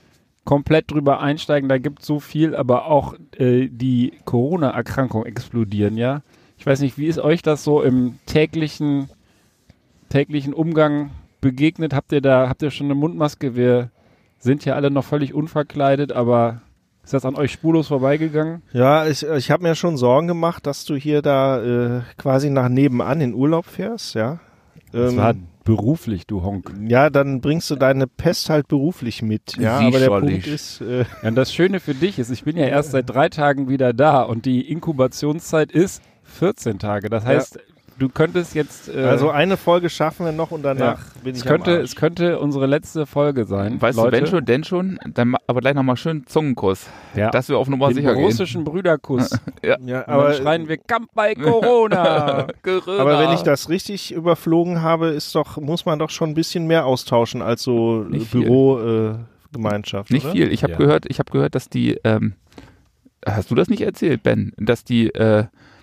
komplett drüber einsteigen. Da gibt es so viel, aber auch äh, die Corona-Erkrankungen explodieren, ja. Ich weiß nicht, wie ist euch das so im täglichen, täglichen Umgang begegnet? Habt ihr da, habt ihr schon eine Mundmaske? Wir sind ja alle noch völlig unverkleidet, aber ist das an euch spurlos vorbeigegangen? Ja, ich, ich habe mir schon Sorgen gemacht, dass du hier da äh, quasi nach nebenan in Urlaub fährst, ja. Das ähm, war beruflich, du Honk. Ja, dann bringst du deine Pest halt beruflich mit. Ja, aber der Punkt ist... Äh, ja, und das Schöne für dich ist, ich bin ja erst seit drei Tagen wieder da und die Inkubationszeit ist vierzehn Tage. Das heißt, ja. du könntest jetzt... Äh, also eine Folge schaffen wir noch und danach ja, bin ich es könnte, am Arsch. Es könnte unsere letzte Folge sein. Weißt Leute. du, wenn schon, denn schon, dann ma- aber gleich nochmal schön Zungenkuss, ja. dass wir auf Nummer Den sicher gehen. Den russischen Brüderkuss. ja. Ja, Und aber dann schreien wir Kampf bei Corona. Aber wenn ich das richtig überflogen habe, ist doch, muss man doch schon ein bisschen mehr austauschen als so Nicht viel. Bürogemeinschaft. Nicht oder? viel. Ich habe Ja. gehört, ich habe gehört, dass die, ähm, hast du das nicht erzählt, Ben, dass die, äh,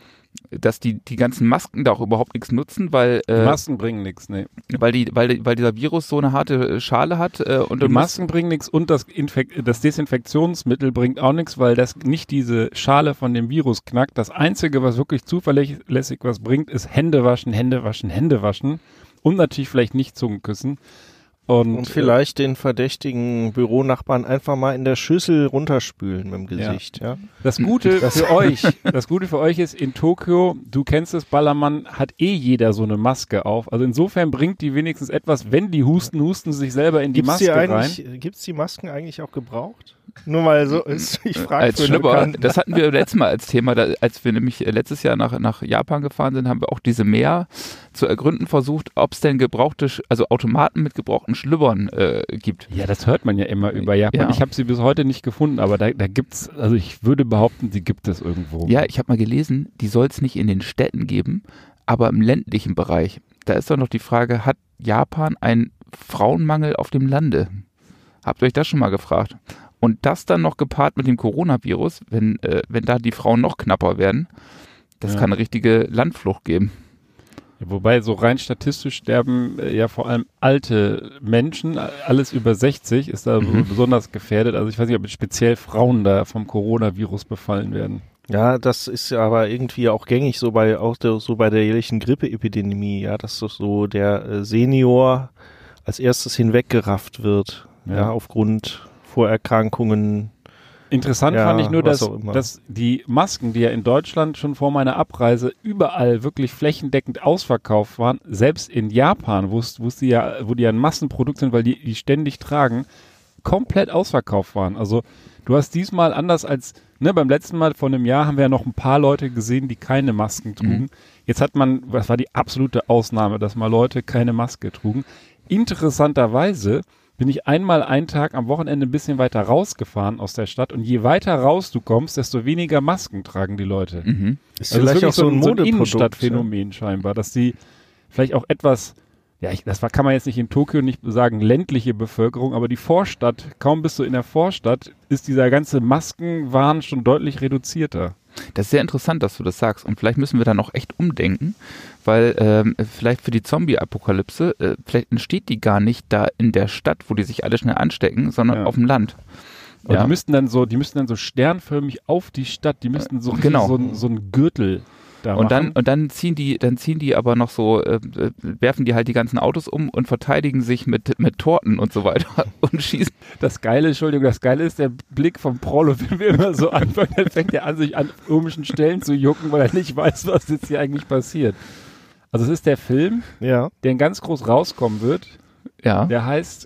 dass die die ganzen Masken da auch überhaupt nichts nutzen, weil äh, Masken bringen nichts, nee. weil die weil die, weil dieser Virus so eine harte Schale hat äh, und Die du musst- Masken bringen nichts und das, Infek- das Desinfektionsmittel bringt auch nichts, weil das nicht diese Schale von dem Virus knackt. Das Einzige, was wirklich zuverlässig was bringt, ist Hände waschen, Hände waschen, Hände waschen und natürlich vielleicht nicht Zungen küssen. Und, Und vielleicht den verdächtigen Büronachbarn einfach mal in der Schüssel runterspülen mit dem Gesicht, ja. äh, das Gute für euch, das Gute für euch ist, in Tokio, du kennst es, Ballermann, hat eh jeder so eine Maske auf. Also insofern bringt die wenigstens etwas, wenn die husten, husten sie sich selber in die Gibt's die Maske rein. eigentlich, gibt's die Masken eigentlich auch gebraucht? Nur mal so, ist, ich frage als Schlüpper, das hatten wir letztes Mal als Thema, da, als wir nämlich äh, letztes Jahr nach, nach Japan gefahren sind, haben wir auch diese Meer zu ergründen versucht, ob es denn gebrauchte, Sch- also Automaten mit gebrauchten Schlüppern äh, gibt. Ja, das hört man ja immer über Japan. Ja. Ich habe sie bis heute nicht gefunden, aber da, da gibt's, also ich würde behaupten, die gibt es irgendwo. Ja, ich habe mal gelesen, die soll es nicht in den Städten geben, aber im ländlichen Bereich. Da ist doch noch die Frage, hat Japan einen Frauenmangel auf dem Lande? Habt ihr euch das schon mal gefragt? Und das dann noch gepaart mit dem Coronavirus, wenn, äh, wenn da die Frauen noch knapper werden, das Ja. kann eine richtige Landflucht geben. Ja, wobei so rein statistisch sterben äh, ja vor allem alte Menschen, alles über sechzig ist da Mhm. besonders gefährdet. Also ich weiß nicht, ob speziell Frauen da vom Coronavirus befallen werden. Ja, das ist ja aber irgendwie auch gängig so bei auch der, so bei der jährlichen Grippeepidemie, ja, dass so, so der äh, Senior als erstes hinweggerafft wird, ja, Ja. aufgrund Vorerkrankungen. Interessant Ja, fand ich nur, was dass, auch immer. dass die Masken, die ja in Deutschland schon vor meiner Abreise überall wirklich flächendeckend ausverkauft waren, selbst in Japan, wo es wo es die ja, wo die ja ein Massenprodukt sind, weil die die ständig tragen, komplett ausverkauft waren. Also du hast diesmal anders als ne, beim letzten Mal vor einem Jahr haben wir ja noch ein paar Leute gesehen, die keine Masken trugen. Mhm. Jetzt hat man, das war die absolute Ausnahme, dass mal Leute keine Maske trugen. Interessanterweise bin ich einmal einen Tag am Wochenende ein bisschen weiter rausgefahren aus der Stadt und je weiter raus du kommst, desto weniger Masken tragen die Leute. Mhm. Ist Also vielleicht das auch ist so wirklich ein so ein Modeprodukt. Innenstadtphänomen scheinbar, dass die vielleicht auch etwas, ja, ich, das war, kann man jetzt nicht in Tokio nicht sagen, ländliche Bevölkerung, aber die Vorstadt, kaum bist du in der Vorstadt, ist dieser ganze Maskenwahn schon deutlich reduzierter. Das ist sehr interessant, dass du das sagst. Und vielleicht müssen wir da noch echt umdenken, weil ähm, vielleicht für die Zombie-Apokalypse, äh, vielleicht entsteht die gar nicht da in der Stadt, wo die sich alle schnell anstecken, sondern Ja. auf dem Land. Und Ja. die müssten dann so, die müssten dann so sternförmig auf die Stadt, die müssten so richtig Genau. so, ein- so ein Gürtel da Und dann, machen. und dann ziehen die, dann ziehen die aber noch so, äh, äh, werfen die halt die ganzen Autos um und verteidigen sich mit, mit Torten und so weiter und schießen. Das Geile, Entschuldigung, das Geile ist der Blick vom Prollo, wenn wir immer so anfangen, dann fängt er an, sich an komischen Stellen zu jucken, weil er nicht weiß, was jetzt hier eigentlich passiert. Also es ist der Film, Ja. der ganz groß rauskommen wird, Ja, der heißt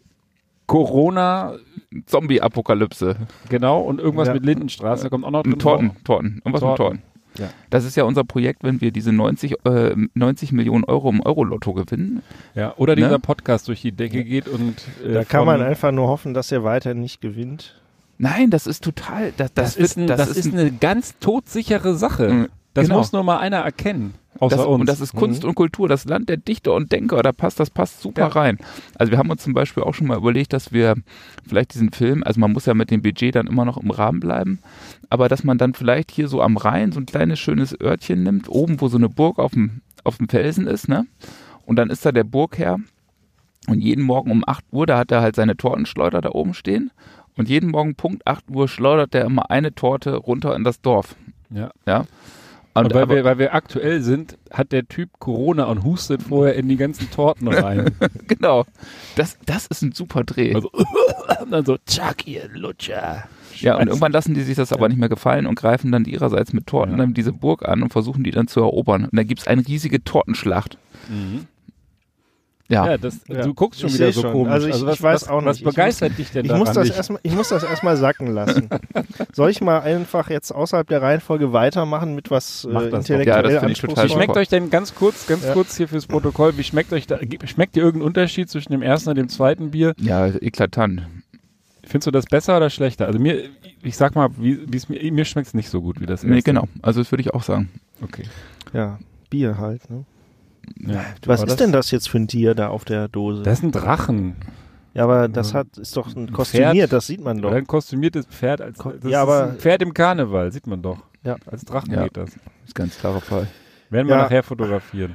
Corona, Zombie-Apokalypse. genau, und irgendwas Ja. mit Lindenstraße, da kommt auch noch drin Mit Torten, vor. Torten. Und was Torten. mit Torten. Ja. Das ist ja unser Projekt, wenn wir diese neunzig, äh, neunzig Millionen Euro im Euro-Lotto gewinnen. Ja, oder Ne? dieser Podcast durch die Decke geht und äh, Da kann von- man einfach nur hoffen, dass er weiter nicht gewinnt. Nein, das ist total, das, das, das, ist, ein, das, ist eine ganz todsichere Sache. Mhm, Das genau. muss nur mal einer erkennen, außer Das, uns. und das ist Kunst Mhm. und Kultur, das Land der Dichter und Denker, da passt, das passt super Ja. rein. Also wir haben uns zum Beispiel auch schon mal überlegt, dass wir vielleicht diesen Film, also man muss ja mit dem Budget dann immer noch im Rahmen bleiben, aber dass man dann vielleicht hier so am Rhein so ein kleines schönes Örtchen nimmt, oben wo so eine Burg auf dem, auf dem Felsen ist, ne? Und dann ist da der Burgherr und jeden Morgen um acht Uhr, da hat er halt seine Tortenschleuder da oben stehen Und jeden Morgen Punkt acht Uhr schleudert der immer eine Torte runter in das Dorf. Ja. Ja. Und Und weil, aber, wir, weil wir aktuell sind, hat der Typ Corona und hustet vorher in die ganzen Torten rein. genau. Das, das ist ein super Dreh. Also, und dann so, tschack, ihr Lutscher. ja, und Scheiße. irgendwann lassen die sich das aber nicht mehr gefallen und greifen dann ihrerseits mit Torten Ja. dann diese Burg an und versuchen die dann zu erobern. Und da gibt es eine riesige Tortenschlacht. Mhm. Ja. Ja, das, Ja. du guckst schon Ich wieder seh so schon. komisch. Also ich- was, ich weiß was, auch Was nicht. Ich begeistert dich denn Ich daran? muss, das nicht? erstmal, ich muss das erstmal sacken lassen. Soll ich mal einfach jetzt außerhalb der Reihenfolge weitermachen mit was Mach äh, das doch. intellektuell Ja, das finde ich total Wie anspruchsvollem? schmeckt euch denn ganz kurz, ganz Ja. kurz hier fürs Protokoll, wie schmeckt euch da, schmeckt dir irgendein Unterschied zwischen dem ersten und dem zweiten Bier? Ja, eklatant. Findest du das besser oder schlechter? Also mir, ich sag mal, wie es mir, mir schmeckt es nicht so gut wie das erste. Nee, genau. Also das würde ich auch sagen. Okay. Ja, Bier halt. Ne? Ja. Was Aber ist denn das jetzt für ein Tier da auf der Dose? Das ist ein Drachen. ja, aber das hat ist doch ein kostümiert, Pferd. das sieht man doch. Oder ein kostümiertes Pferd. Als, Ko- das ja, ist aber- ein Pferd im Karneval, sieht man doch. Ja. Als Drachen Ja. geht das. Ist ganz klarer Fall. Werden wir Ja. nachher fotografieren.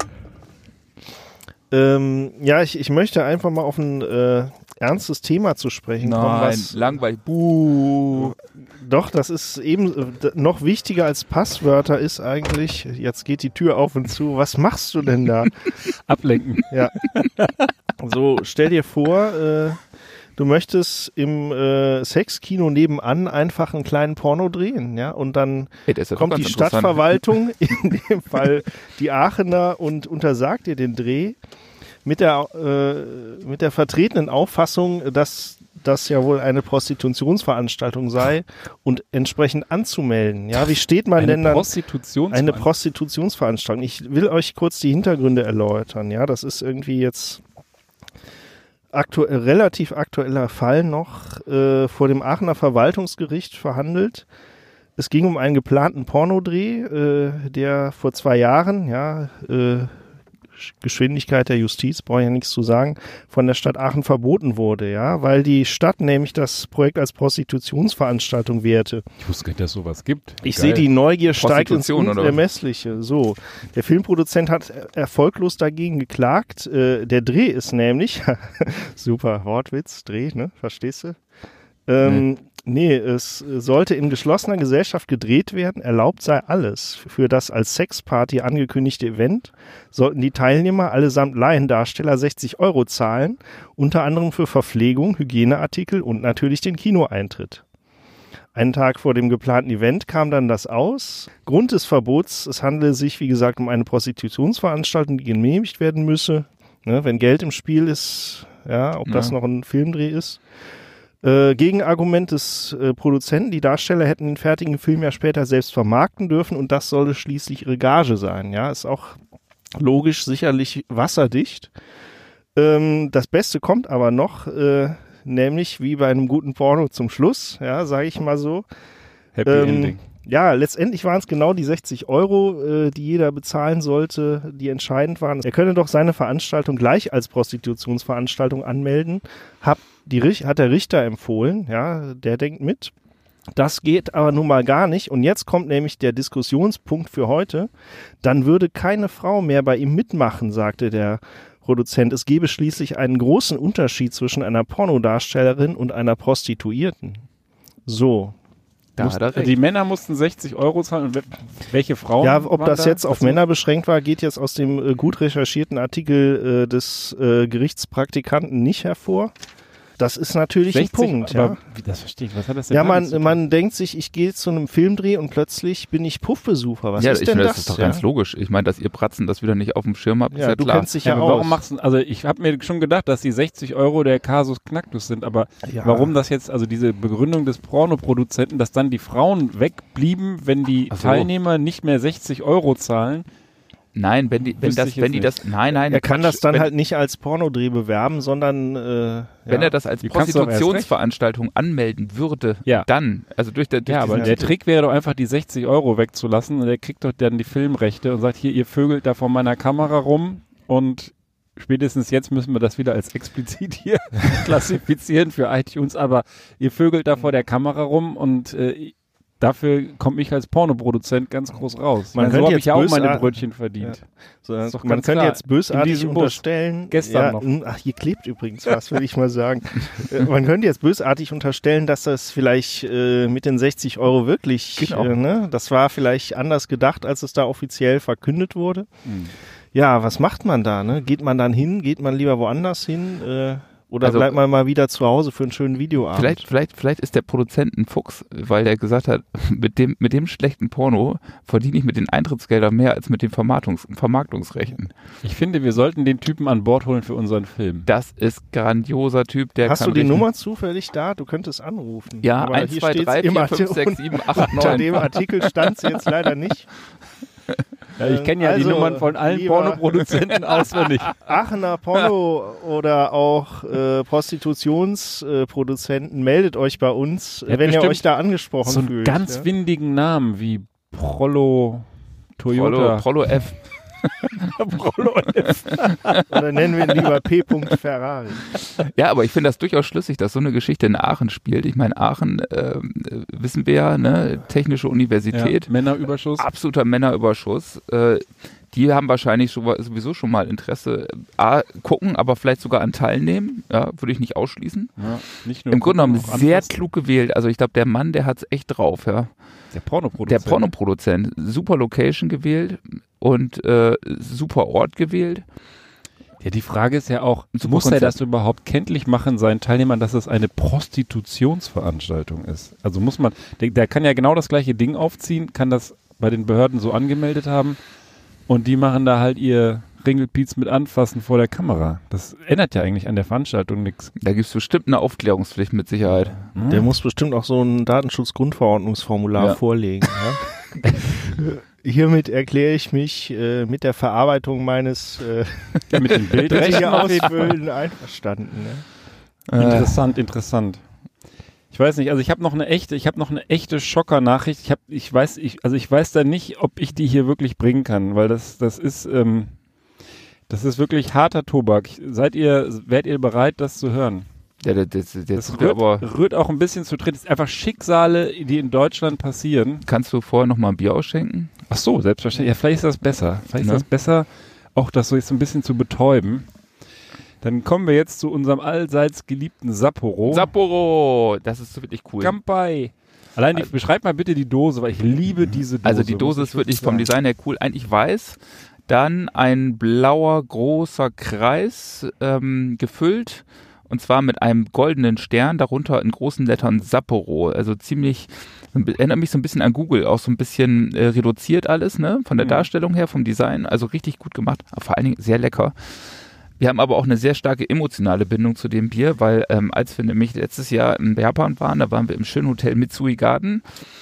Ähm, ja, ich, ich möchte einfach mal auf ein äh, ernstes Thema zu sprechen kommen. Nein, Was, langweilig. Buh. doch, das ist eben äh, d- noch wichtiger als Passwörter ist eigentlich, jetzt geht die Tür auf und zu, was machst du denn da? Ablenken. Ja. So, stell dir vor, äh, du möchtest im äh, Sexkino nebenan einfach einen kleinen Porno drehen, ja, und dann Ey, das ist ja doch kommt ganz die interessant. Stadtverwaltung, in dem Fall die Aachener, und untersagt dir den Dreh mit der, äh, mit der vertretenen Auffassung, dass das ja wohl eine Prostitutionsveranstaltung sei und entsprechend anzumelden. Ja, wie steht man Eine denn dann? Prostitutions Eine Prostitutionsveranstaltung. Ich will euch kurz die Hintergründe erläutern. Ja, das ist irgendwie jetzt aktu relativ aktueller Fall noch äh, vor dem Aachener Verwaltungsgericht verhandelt. Es ging um einen geplanten Pornodreh, äh, der vor zwei Jahren, ja, äh, Geschwindigkeit der Justiz, brauche ich ja nichts zu sagen, von der Stadt Aachen verboten wurde, ja, weil die Stadt nämlich das Projekt als Prostitutionsveranstaltung werte. Ich wusste gar nicht, dass es sowas gibt. Ich Geil. sehe, die Neugier steigt ins Prostitution, oder was? Unermessliche. So, der Filmproduzent hat erfolglos dagegen geklagt. Äh, der Dreh ist nämlich, super Wortwitz, Dreh, ne? Verstehst du? Ähm, nee, es sollte in geschlossener Gesellschaft gedreht werden. Erlaubt sei alles. Für das als Sexparty angekündigte Event sollten die Teilnehmer allesamt Laiendarsteller sechzig Euro zahlen, unter anderem für Verpflegung, Hygieneartikel und natürlich den Kinoeintritt. Einen Tag vor dem geplanten Event kam dann das aus. Grund des Verbots, es handele sich, wie gesagt, um eine Prostitutionsveranstaltung, die genehmigt werden müsse. Ne, wenn Geld im Spiel ist, ja, ob das Ja. noch ein Filmdreh ist. Äh, Gegenargument des äh, Produzenten, die Darsteller hätten den fertigen Film ja später selbst vermarkten dürfen und das solle schließlich ihre Gage sein. Ja, ist auch logisch, sicherlich wasserdicht. Ähm, das Beste kommt aber noch, äh, nämlich wie bei einem guten Porno zum Schluss, ja, sage ich mal so. Happy Ähm, Ending. Ja, letztendlich waren es genau die sechzig Euro, äh, die jeder bezahlen sollte, die entscheidend waren. Er könne doch seine Veranstaltung gleich als Prostitutionsveranstaltung anmelden. Hab die, Rich- hat der Richter empfohlen, ja, der denkt mit. Das geht aber nun mal gar nicht. Und jetzt kommt nämlich der Diskussionspunkt für heute. Dann würde keine Frau mehr bei ihm mitmachen, sagte der Produzent. Es gebe schließlich einen großen Unterschied zwischen einer Pornodarstellerin und einer Prostituierten. So. Da Mussten- hat er recht. die Männer mussten sechzig Euro zahlen und we- welche Frauen? Ja, ob waren das da? jetzt auf Also- Männer beschränkt war, geht jetzt aus dem äh, gut recherchierten Artikel äh, des äh, Gerichtspraktikanten nicht hervor. Das ist natürlich sechzig, ein Punkt. aber Ja, wie, das verstehe ich. Was hat das denn ja damit man, zu tun? man denkt sich, ich gehe zu einem Filmdreh und plötzlich bin ich Puffbesucher. Was ja, ist ich denn finde, das? das ist doch ja? ganz logisch. Ich meine, dass ihr Pratzen das wieder nicht auf dem Schirm habt, ist Ja, ja du klar. kennst dich Ja, ja, aber aus. warum machst du, also ich habe mir schon gedacht, dass die sechzig Euro der Kasus Knacktus sind, aber Ja. warum das jetzt, also diese Begründung des Pornoproduzenten, dass dann die Frauen wegblieben, wenn die Ach so. Teilnehmer nicht mehr sechzig Euro zahlen? Nein, wenn die, wenn Wüsste das, ich jetzt wenn die nicht. das, nein, nein. Er kann Quatsch. das dann wenn, halt nicht als Pornodreh bewerben, sondern äh, wenn ja. er das als Die kannst du doch erst Prostitutionsveranstaltung anmelden würde, Ja. dann, also durch, der, durch Ja, aber diesen der Titel. Trick wäre doch einfach, die sechzig Euro wegzulassen und der kriegt doch dann die Filmrechte und sagt, hier, ihr vögelt da vor meiner Kamera rum und spätestens jetzt müssen wir das wieder als explizit hier klassifizieren für iTunes, aber ihr vögelt da vor der Kamera rum und äh, dafür komme ich als Pornoproduzent ganz groß raus. Man also, so könnte habe jetzt ich ja auch meine bösar- Brötchen verdient. Ja. So, ist doch man ganz könnte klar. jetzt In bösartig diesem Bus. unterstellen, Gestern ja, noch. n- ach, hier klebt übrigens was, will ich mal sagen. Äh, man könnte jetzt bösartig unterstellen, dass das vielleicht äh, mit den sechzig Euro wirklich, Genau. äh, ne, das war vielleicht anders gedacht, als es da offiziell verkündet wurde. Hm. Ja, was macht man da? Ne? Geht man dann hin? Geht man lieber woanders hin? Äh, oder Also- bleibt man mal wieder zu Hause für einen schönen Videoabend? Vielleicht, vielleicht, vielleicht ist der Produzent ein Fuchs, weil der gesagt hat, mit dem, mit dem schlechten Porno verdiene ich mit den Eintrittsgeldern mehr als mit den Vermarktungs Vermarktungsrechten. Ich finde, wir sollten den Typen an Bord holen für unseren Film. Das ist grandioser Typ, der Hast kann du die rechnen. Nummer zufällig da? Du könntest anrufen. Ja, Aber eins, hier zwei, steht's drei, im vier, fünf, Artikel- sechs, sieben, acht, Unter neun. dem Artikel stand es jetzt leider nicht. Ja, ich kenne ja die Also, Nummern von allen lieber- Pornoproduzenten auswendig. Aachener Porno oder auch äh, Prostitutionsproduzenten, meldet euch bei uns, Er hat wenn ihr bestimmt euch da angesprochen So einen fühlt. ganz ja? windigen Namen wie Prollo, Prollo, Toyota. Prollo F. Prollo F. Oder nennen wir ihn lieber P. Ferrari. Ja, aber ich finde das durchaus schlüssig, dass so eine Geschichte in Aachen spielt. Ich meine, Aachen, ähm, äh, wissen wir ja, ne, Technische Ja, Universität, Männerüberschuss. absoluter Männerüberschuss. Äh, die haben wahrscheinlich schon, sowieso schon mal Interesse, äh, A, gucken, aber vielleicht sogar an teilnehmen. Ja, würde ich nicht ausschließen. Ja, nicht nur Im Grunde genommen gucken, auch sehr anfassen. klug gewählt. Also ich glaube, der Mann, der hat es echt drauf, ja. Der Pornoproduzent. Der Pornoproduzent, super Location gewählt und äh, super Ort gewählt. Ja, die Frage ist ja auch, Super muss er Konzept. das überhaupt kenntlich machen, seinen Teilnehmern, dass es eine Prostitutionsveranstaltung ist? Also muss man, der, der kann ja genau das gleiche Ding aufziehen, kann das bei den Behörden so angemeldet haben und die machen da halt ihr Ringelpiez mit Anfassen vor der Kamera. Das ändert ja eigentlich an der Veranstaltung nichts. Da gibt es bestimmt eine Aufklärungspflicht mit Sicherheit. Der muss bestimmt auch so ein Datenschutzgrundverordnungsformular Ja. vorlegen. Ja? Hiermit erkläre ich mich äh, mit der Verarbeitung meines äh, Ja, mit dem Bild richtigen auf jeden Fall. Ausfüllen einverstanden. Ne? Äh, Interessant, interessant. Ich weiß nicht, also ich habe noch eine echte, ich habe noch eine echte Schocker-Nachricht. Ich habe, ich weiß, ich, also ich weiß da nicht, ob ich die hier wirklich bringen kann, weil das, das ist, ähm, das ist wirklich harter Tobak. Ich, seid ihr, wärt ihr bereit, das zu hören? Ja, das, das, das, Das tut rührt, aber. rührt auch ein bisschen zu Tritt. Es sind einfach Schicksale, die in Deutschland passieren. Kannst du vorher noch mal ein Bier ausschenken? Ach so, selbstverständlich. Ja, vielleicht ist das besser. Vielleicht Ne? ist das besser, auch das so jetzt ein bisschen zu betäuben. Dann kommen wir jetzt zu unserem allseits geliebten Sapporo. Sapporo! Das ist wirklich cool. Kampai. Allein, die, beschreib mal bitte die Dose, weil ich liebe diese Dose. Also die Dose muss ist ich wirklich vom sagen. Design her cool. Eigentlich weiß, dann ein blauer großer Kreis ähm, gefüllt und zwar mit einem goldenen Stern, darunter in großen Lettern Sapporo. Also ziemlich, erinnert mich so ein bisschen an Google, auch so ein bisschen äh, reduziert alles, ne, von der Mhm. Darstellung her, vom Design. Also richtig gut gemacht, aber vor allen Dingen sehr lecker. Wir haben aber auch eine sehr starke emotionale Bindung zu dem Bier, weil ähm, als wir nämlich letztes Jahr in Japan waren, da waren wir im schönen Hotel Mitsui Garden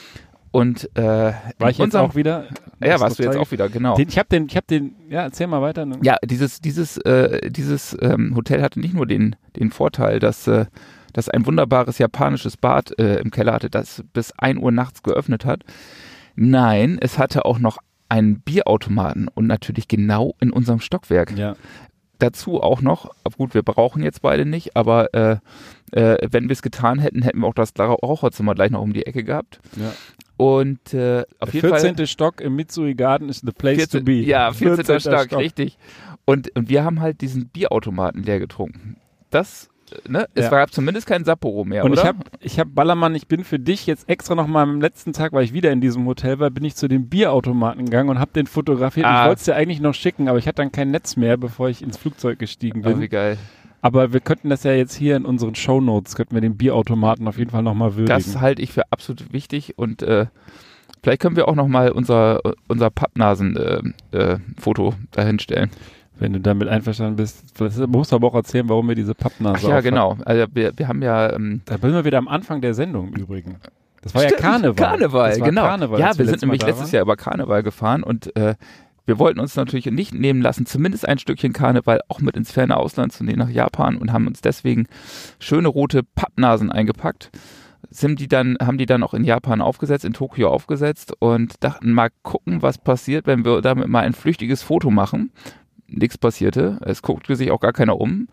und äh, War ich jetzt unserem- auch wieder? ja, Das warst du jetzt Nostalgie- auch wieder, genau. Den, ich habe den, ich habe den, ja, erzähl mal weiter. Ne? Ja, dieses, dieses, äh, dieses ähm, Hotel hatte nicht nur den, den Vorteil, dass, äh, dass ein wunderbares japanisches Bad äh, im Keller hatte, das bis ein Uhr nachts geöffnet hat. Nein, es hatte auch noch einen Bierautomaten und natürlich genau in unserem Stockwerk. Ja. Dazu auch noch, gut, wir brauchen jetzt beide nicht, aber äh, äh, wenn wir es getan hätten, hätten wir auch das Raucherzimmer gleich noch um die Ecke gehabt. Ja. Und äh, auf Der jeden Fall vierzehnte Stock im Mitsui Garden ist the place vierzehn to be. Ja, vierzehnter Stock, Stock. richtig. Und, und wir haben halt diesen Bierautomaten leer getrunken. Das, äh, ne, es Ja. gab zumindest kein Sapporo mehr, Und oder? ich habe, ich hab Ballermann, ich bin für dich jetzt extra noch mal am letzten Tag, weil ich wieder in diesem Hotel war, bin ich zu dem Bierautomaten gegangen und habe den fotografiert. Ah. Ich wollte es dir eigentlich noch schicken, aber ich hatte dann kein Netz mehr, bevor ich ins Flugzeug gestiegen Oh, wie bin. geil. Aber wir könnten das ja jetzt hier in unseren Shownotes, könnten wir den Bierautomaten auf jeden Fall noch mal würdigen. Das halte ich für absolut wichtig und äh, vielleicht können wir auch noch mal unser, unser Pappnasen-Foto äh, äh, Foto dahinstellen. Wenn du damit einverstanden bist. Vielleicht musst du aber auch erzählen, warum wir diese Pappnase Ach ja, aufhaben. genau. Also wir, wir haben ja ähm, Da sind wir wieder am Anfang der Sendung im Übrigen. Das war Stimmt, ja Karneval. Karneval, das war genau. Karneval, ja, als wir sind letztes Mal nämlich da letztes waren. Jahr über Karneval gefahren und äh, wir wollten uns natürlich nicht nehmen lassen, zumindest ein Stückchen Karneval auch mit ins ferne Ausland zu nehmen, nach Japan und haben uns deswegen schöne rote Pappnasen eingepackt. Sind die dann, haben die dann auch in Japan aufgesetzt, in Tokio aufgesetzt und dachten mal gucken, was passiert, wenn wir damit mal ein flüchtiges Foto machen. Nichts passierte, es guckte sich auch gar keiner um.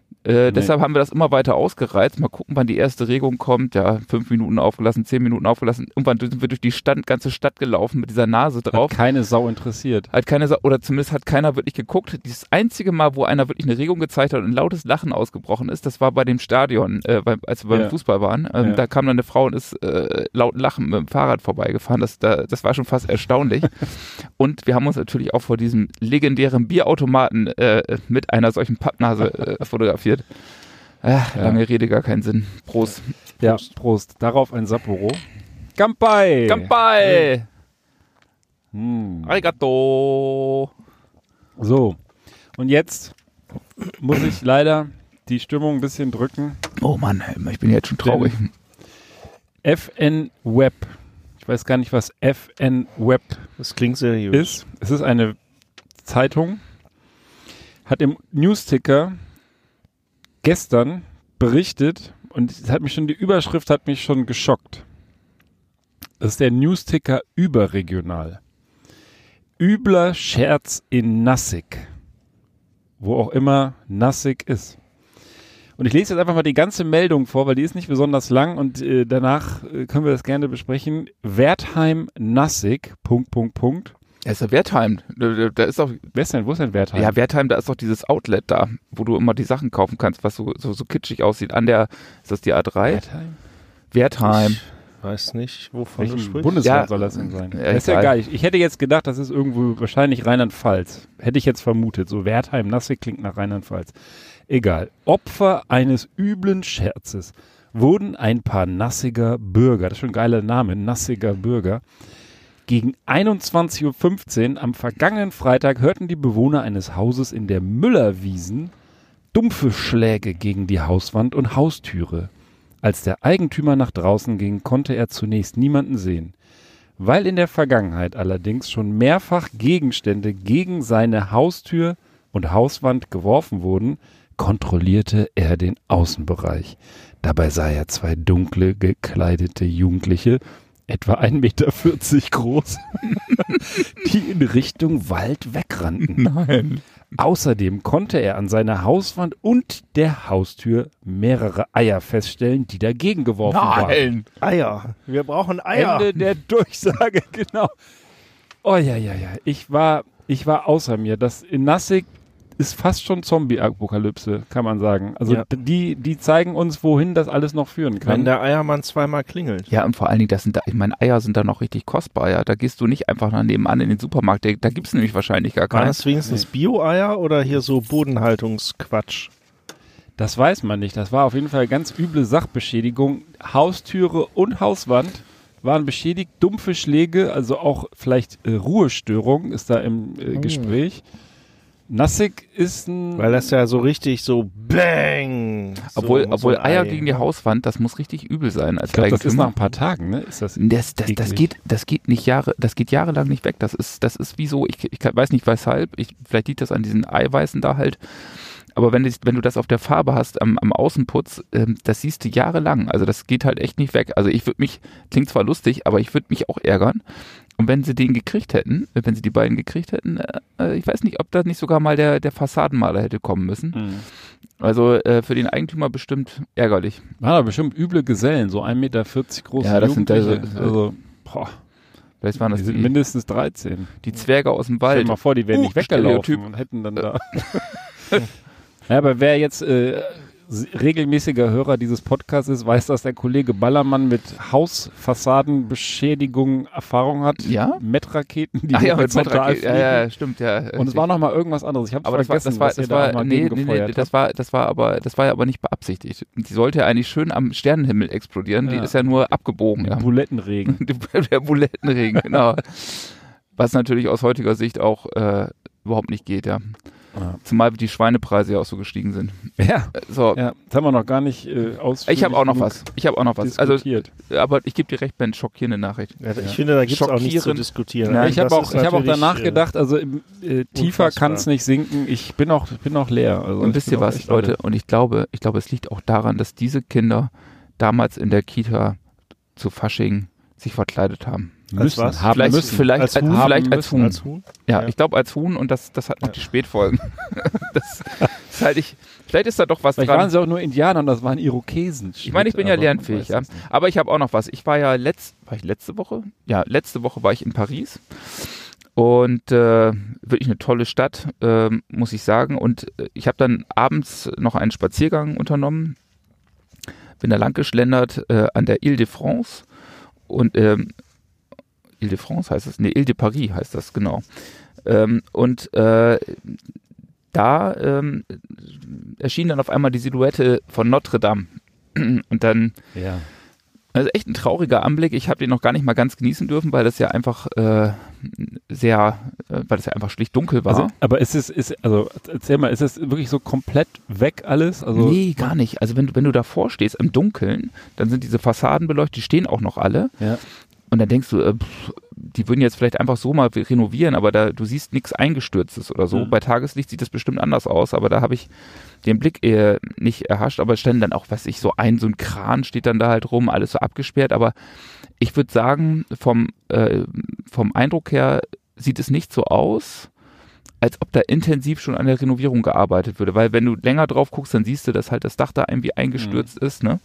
Äh, nee. Deshalb haben wir das immer weiter ausgereizt. Mal gucken, wann die erste Regung kommt. Ja, fünf Minuten aufgelassen, zehn Minuten aufgelassen. Irgendwann sind wir durch die Stand, ganze Stadt gelaufen mit dieser Nase drauf. Hat keine Sau interessiert. Hat keine Sau, oder zumindest hat keiner wirklich geguckt. Das einzige Mal, wo einer wirklich eine Regung gezeigt hat und ein lautes Lachen ausgebrochen ist, das war bei dem Stadion, äh, bei, als wir beim ja. Fußball waren. Ähm, ja. Da kam dann eine Frau und ist äh, laut Lachen mit dem Fahrrad vorbeigefahren. Das, da, das war schon fast erstaunlich. Und wir haben uns natürlich auch vor diesem legendären Bierautomaten äh, mit einer solchen Pappnase äh, fotografiert. Ach, lange ja. Rede, gar keinen Sinn. Prost. Prost. Ja, Prost. Darauf ein Sapporo. Kampai! Kampai! Hm. Arigato! So, und jetzt muss ich leider die Stimmung ein bisschen drücken. Oh Mann, ich bin jetzt schon traurig. F N Web. Ich weiß gar nicht, was F N Web das klingt seriös. ist. Es ist eine Zeitung, hat im Newsticker gestern berichtet, und es hat mich schon, die Überschrift hat mich schon geschockt. Das ist der Newsticker überregional. Übler Scherz in Nassik. Wo auch immer Nassik ist. Und ich lese jetzt einfach mal die ganze Meldung vor, weil die ist nicht besonders lang und äh, danach äh, können wir das gerne besprechen. Wertheim Nassik, Punkt, Punkt, Punkt. Ja, ist ja Wertheim. Da, da ist auch. Wer ist denn, wo ist denn Wertheim? Ja, Wertheim, da ist doch dieses Outlet da, wo du immer die Sachen kaufen kannst, was so, so, so kitschig aussieht. An der, ist das die A drei? Wertheim? Wertheim. Ich weiß nicht, wovon Welchen du sprichst. Bundesland Ja, soll das denn sein? ja, Das ist ja egal. geil. Ich, ich hätte jetzt gedacht, das ist irgendwo wahrscheinlich Rheinland-Pfalz. Hätte ich jetzt vermutet. So Wertheim, Nassik klingt nach Rheinland-Pfalz. Egal. Opfer eines üblen Scherzes wurden ein paar Nassiger Bürger, das ist schon ein geiler Name, Nassiger Bürger. Gegen einundzwanzig Uhr fünfzehn am vergangenen Freitag hörten die Bewohner eines Hauses in der Müllerwiesen dumpfe Schläge gegen die Hauswand und Haustüre. Als der Eigentümer nach draußen ging, konnte er zunächst niemanden sehen. Weil in der Vergangenheit allerdings schon mehrfach Gegenstände gegen seine Haustür und Hauswand geworfen wurden, kontrollierte er den Außenbereich. Dabei sah er zwei dunkle, gekleidete Jugendliche, etwa ein Meter vierzig groß, die in Richtung Wald wegrannten. Nein. Außerdem konnte er an seiner Hauswand und der Haustür mehrere Eier feststellen, die dagegen geworfen waren. Nein. Eier. Wir brauchen Eier. Ende der Durchsage, genau. Oh ja, ja, ja. Ich war, ich war außer mir. Das in Nassik ist fast schon Zombie-Apokalypse, kann man sagen. Also Ja. die, die zeigen uns, wohin das alles noch führen kann. Wenn der Eiermann zweimal klingelt. Ja, und vor allen Dingen, das sind da, ich meine, Eier sind da noch richtig kostbar, ja. Da gehst du nicht einfach nach nebenan in den Supermarkt, da, da gibt es nämlich wahrscheinlich gar Waren keins. das wenigstens Bio-Eier oder hier so Bodenhaltungsquatsch? Das weiß man nicht. Das war auf jeden Fall ganz üble Sachbeschädigung. Haustüre und Hauswand waren beschädigt. Dumpfe Schläge, also auch vielleicht äh, Ruhestörung ist da im äh, Gespräch. Nassik ist ein... Weil das ja so richtig so Bang! Obwohl, so, obwohl so ein Eier Ei. gegen die Hauswand, das muss richtig übel sein als ich glaube, das ist Eigentümer. nach ein paar Tagen, ne? Ist das, Das, das, das, eklig. geht, das geht nicht Jahre, das geht jahrelang nicht weg. Das ist, das ist wie so, ich, ich weiß nicht weshalb, ich, vielleicht liegt das an diesen Eiweißen da halt. Aber wenn, das, wenn du das auf der Farbe hast, am, am Außenputz, ähm, das siehst du jahrelang. Also das geht halt echt nicht weg. Also ich würde mich, klingt zwar lustig, aber ich würde mich auch ärgern. Und wenn sie den gekriegt hätten, wenn sie die beiden gekriegt hätten, äh, ich weiß nicht, ob da nicht sogar mal der, der Fassadenmaler hätte kommen müssen. Mhm. Also äh, für den Eigentümer bestimmt ärgerlich. Waren aber bestimmt üble Gesellen, so ein Meter vierzig große Ja, das sind Jugendliche. also- also, boah, Vielleicht waren die das sind die, mindestens dreizehn. die Zwerge aus dem Stell dir Wald. mal vor, die wären Uh, nicht weggelaufen Stereotyp. und hätten dann da... Ja, aber wer jetzt äh, s- regelmäßiger Hörer dieses Podcasts ist, weiß, dass der Kollege Ballermann mit Hausfassadenbeschädigung Erfahrung hat. Ja? Metraketen, die Ach ja, mit horizontal Metrak- ja, ja, fliegen. stimmt, ja. Und es war noch mal irgendwas anderes. Ich habe aber das war, vergessen, das war, was ihr das da auch war, mal nee, nee, nee, gegengefeuert das habt. war, das war aber, das war ja aber nicht beabsichtigt. Die sollte ja eigentlich schön am Sternenhimmel explodieren. Die Ja. ist ja nur abgebogen. Ja. Bulettenregen. Der Bulettenregen, genau. Was natürlich aus heutiger Sicht auch äh, überhaupt nicht geht, ja. Ja. Zumal die Schweinepreise ja auch so gestiegen sind. Ja, Äh, So, ja, das haben wir noch gar nicht äh, ausführlich ich habe auch noch genug was. Ich habe auch noch was. Also, diskutiert. aber ich gebe dir recht, Ben, schockierende Nachricht. Ja, ich finde, da gibt es auch nichts zu Schockierend. diskutieren. Nein, ich habe Das auch, ist ich hab auch natürlich, danach äh, gedacht, also äh, tiefer unfassbar. kann es nicht sinken. Ich bin auch, bin auch leer. Also Und ich wisst bin ihr auch was, echt Leute? alle. Und ich glaube, ich glaube, es liegt auch daran, dass diese Kinder damals in der Kita zu Fasching sich verkleidet haben. Als was? Haben vielleicht, müssen. Vielleicht Als als, Huhn? vielleicht als Huhn. Als Huhn? Ja, Ja. ich glaube als Huhn und das, das hat noch die Spätfolgen. das, das halte ich, vielleicht ist da doch was Vielleicht dran. waren sie auch nur Indianer und das waren Irokesen. Ich meine, ich bin ja aber lernfähig, ja. man weiß es nicht. Aber ich habe auch noch was. Ich war ja letzt, war ich letzte Woche? Ja, letzte Woche war ich in Paris. Und äh, wirklich eine tolle Stadt, äh, muss ich sagen. Und äh, ich habe dann abends noch einen Spaziergang unternommen. Bin da lang geschlendert äh, an der Ile de France. Und ähm, Ile de France heißt das? Ne, Ile de Paris heißt das, genau. Ähm, und äh, da ähm, erschien dann auf einmal die Silhouette von Notre Dame. Und dann, Ja. also echt ein trauriger Anblick. Ich habe den noch gar nicht mal ganz genießen dürfen, weil das ja einfach äh, sehr, äh, weil das ja einfach schlicht dunkel war. Also, aber ist es, ist, also erzähl mal, ist es wirklich so komplett weg alles? Also, nee, gar nicht. Also wenn du, wenn du davor stehst im Dunkeln, dann sind diese Fassaden beleuchtet, die stehen auch noch alle. Ja. Und dann denkst du, äh, pff, die würden jetzt vielleicht einfach so mal renovieren, aber da du siehst nichts Eingestürztes oder so. Mhm. Bei Tageslicht sieht das bestimmt anders aus, aber da habe ich den Blick eher nicht erhascht. Aber es stellen dann auch, weiß ich, so ein, so ein Kran steht dann da halt rum, alles so abgesperrt. Aber ich würde sagen, vom, äh, vom Eindruck her sieht es nicht so aus, als ob da intensiv schon an der Renovierung gearbeitet würde. Weil wenn du länger drauf guckst, dann siehst du, dass halt das Dach da irgendwie eingestürzt Mhm. ist, ne?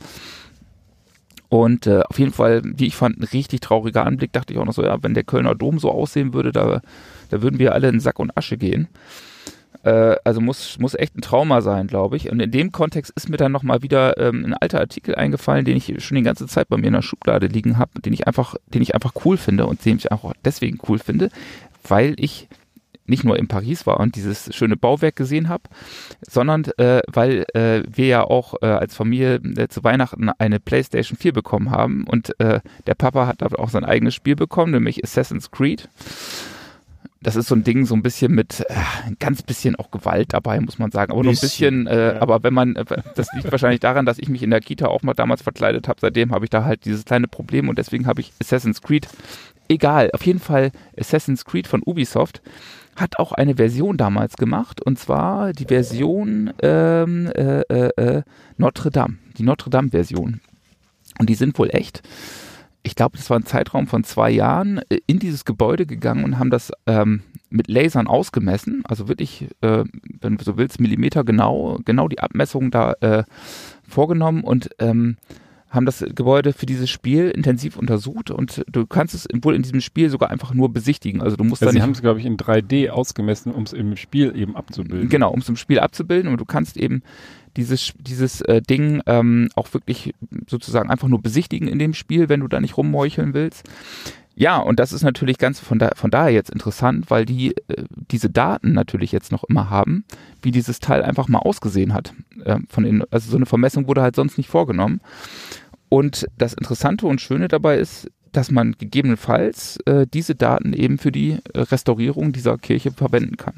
Und äh, auf jeden Fall, wie ich fand, ein richtig trauriger Anblick. Dachte ich auch noch so, ja, wenn der Kölner Dom so aussehen würde, da, da würden wir alle in Sack und Asche gehen. Äh, also muss, muss echt ein Trauma sein, glaube ich. Und in dem Kontext ist mir dann nochmal wieder ähm, ein alter Artikel eingefallen, den ich schon die ganze Zeit bei mir in der Schublade liegen habe, den ich einfach, den ich einfach cool finde und den ich auch deswegen cool finde, weil ich nicht nur in Paris war und dieses schöne Bauwerk gesehen habe, sondern äh, weil äh, wir ja auch äh, als Familie äh, zu Weihnachten eine PlayStation vier bekommen haben und äh, der Papa hat da auch sein eigenes Spiel bekommen, nämlich Assassin's Creed. Das ist so ein Ding, so ein bisschen mit, äh, ein ganz bisschen auch Gewalt dabei, muss man sagen. Aber nur ein bisschen, äh, ja. aber wenn man, äh, das liegt wahrscheinlich daran, dass ich mich in der Kita auch mal damals verkleidet habe. Seitdem habe ich da halt dieses kleine Problem und deswegen habe ich Assassin's Creed. Egal, auf jeden Fall Assassin's Creed von Ubisoft hat auch eine Version damals gemacht und zwar die Version ähm, äh, äh, Notre Dame, die Notre Dame Version. Und die sind wohl echt. Ich glaube, das war ein Zeitraum von zwei Jahren, in dieses Gebäude gegangen und haben das ähm, mit Lasern ausgemessen. Also wirklich, äh, wenn du so willst, Millimeter genau, genau die Abmessungen da äh, vorgenommen und ähm, haben das Gebäude für dieses Spiel intensiv untersucht und du kannst es wohl in diesem Spiel sogar einfach nur besichtigen. Also du musst Ja, da sie nicht... haben es, glaube ich, in drei D ausgemessen, um es im Spiel eben abzubilden. Genau, um es im Spiel abzubilden und du kannst eben dieses, dieses äh, Ding ähm, auch wirklich sozusagen einfach nur besichtigen in dem Spiel, wenn du da nicht rummeucheln willst. Ja, und das ist natürlich ganz von, da, von daher jetzt interessant, weil die äh, diese Daten natürlich jetzt noch immer haben, wie dieses Teil einfach mal ausgesehen hat. Äh, von den, also so eine Vermessung wurde halt sonst nicht vorgenommen. Und das Interessante und Schöne dabei ist, dass man gegebenenfalls äh, diese Daten eben für die äh, Restaurierung dieser Kirche verwenden kann.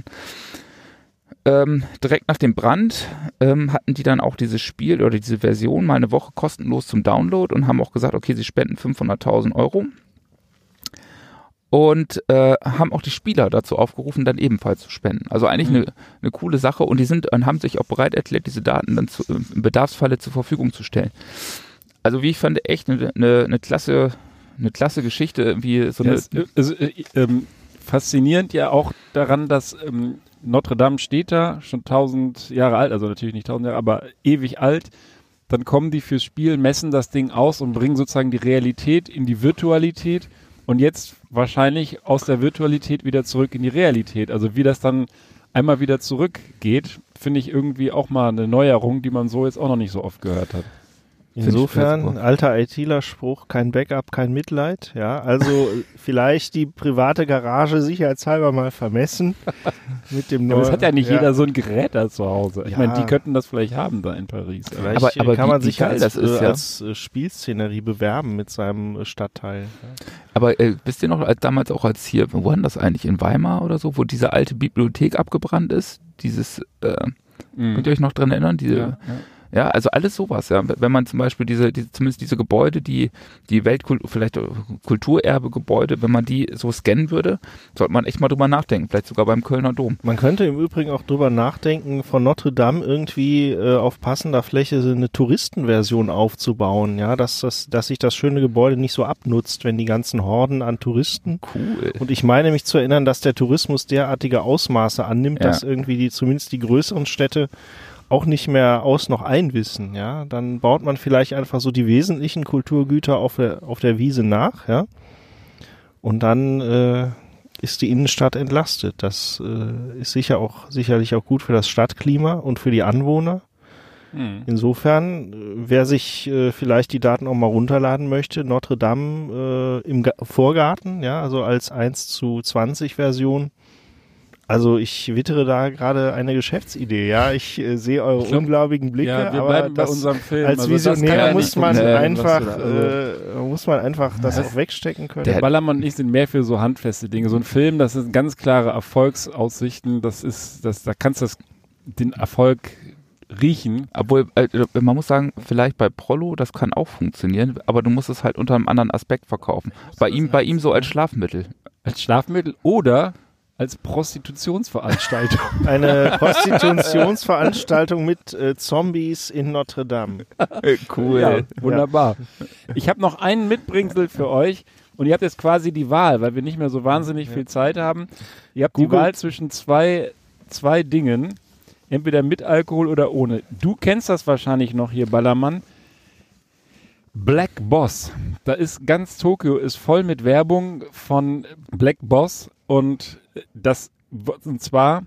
Ähm, direkt nach dem Brand ähm, hatten die dann auch dieses Spiel oder diese Version mal eine Woche kostenlos zum Download und haben auch gesagt, okay, sie spenden fünfhunderttausend Euro und äh, haben auch die Spieler dazu aufgerufen, dann ebenfalls zu spenden. Also eigentlich eine, eine coole Sache und die sind und haben sich auch bereit erklärt, diese Daten dann zu, im Bedarfsfalle zur Verfügung zu stellen. Also wie ich fand, echt eine, eine, eine klasse, eine klasse Geschichte, wie so Ja, eine. es, also, äh, ähm, faszinierend ja auch daran, dass ähm, Notre Dame steht da, schon tausend Jahre alt, also natürlich nicht tausend Jahre, aber ewig alt. Dann kommen die fürs Spiel, messen das Ding aus und bringen sozusagen die Realität in die Virtualität und jetzt wahrscheinlich aus der Virtualität wieder zurück in die Realität. Also wie das dann einmal wieder zurückgeht, finde ich irgendwie auch mal eine Neuerung, die man so jetzt auch noch nicht so oft gehört hat. Insofern, alter ITler-Spruch, kein Backup, kein Mitleid. Ja, also vielleicht die private Garage sicherheitshalber mal vermessen mit dem Aber neuen. es hat ja nicht ja. jeder so ein Gerät da zu Hause. Ich Ja. meine, die könnten das vielleicht haben da in Paris. Vielleicht Aber- aber kann wie- man wie sich geil als, das ist, äh, ja. als äh, Spielszenerie bewerben mit seinem äh, Stadtteil. Ja. Aber äh, wisst ihr noch, als damals auch als hier, wo war denn das eigentlich, in Weimar oder so, wo diese alte Bibliothek abgebrannt ist? Dieses, äh, Mhm. könnt ihr euch noch dran erinnern? Diese, Ja, ja. Ja, also alles sowas, ja. Wenn man zum Beispiel diese, diese zumindest diese Gebäude, die, die Weltkultur, vielleicht Kulturerbe-Gebäude, wenn man die so scannen würde, sollte man echt mal drüber nachdenken, vielleicht sogar beim Kölner Dom. Man könnte im Übrigen auch drüber nachdenken, von Notre Dame irgendwie äh, auf passender Fläche so eine Touristenversion aufzubauen, ja, dass das, dass sich das schöne Gebäude nicht so abnutzt, wenn die ganzen Horden an Touristen. Cool. Und ich meine mich zu erinnern, dass der Tourismus derartige Ausmaße annimmt, Ja. dass irgendwie die, zumindest die größeren Städte auch nicht mehr aus noch einwissen, ja. Dann baut man vielleicht einfach so die wesentlichen Kulturgüter auf der, auf der Wiese nach, ja. Und dann äh, ist die Innenstadt entlastet. Das äh, ist sicher auch, sicherlich auch gut für das Stadtklima und für die Anwohner. Hm. Insofern, äh, wer sich äh, vielleicht die Daten auch mal runterladen möchte, Notre Dame äh, im Ga- Vorgarten, ja, also als eins zu zwanzig Version. Also ich wittere da gerade eine Geschäftsidee, ja. Ich äh, sehe eure Ich glaub, ungläubigen Blicke, Ja, wir aber bleiben bei das, unserem Film. als Also das Visionär kann ja muss nicht man funktionieren, einfach, was du da- also- äh, muss man einfach das Das- auch wegstecken können. Der Ballermann und ich sind mehr für so handfeste Dinge. So ein Film, das sind ganz klare Erfolgsaussichten. Das ist, das, da kannst du das, den Erfolg riechen. Obwohl, äh, man muss sagen, vielleicht bei Prollo, das kann auch funktionieren, aber du musst es halt unter einem anderen Aspekt verkaufen. Bei ihm, bei ihm so als Schlafmittel. Als Schlafmittel oder als Prostitutionsveranstaltung. Eine Prostitutionsveranstaltung mit äh, Zombies in Notre Dame. Cool. Ja, wunderbar. Ich habe noch einen Mitbringsel für euch und ihr habt jetzt quasi die Wahl, weil wir nicht mehr so wahnsinnig viel Zeit haben. Ihr habt die Google. Wahl zwischen zwei, zwei Dingen, entweder mit Alkohol oder ohne. Du kennst das wahrscheinlich noch hier, Ballermann. Black Boss. Da ist ganz Tokio ist voll mit Werbung von Black Boss und das und zwar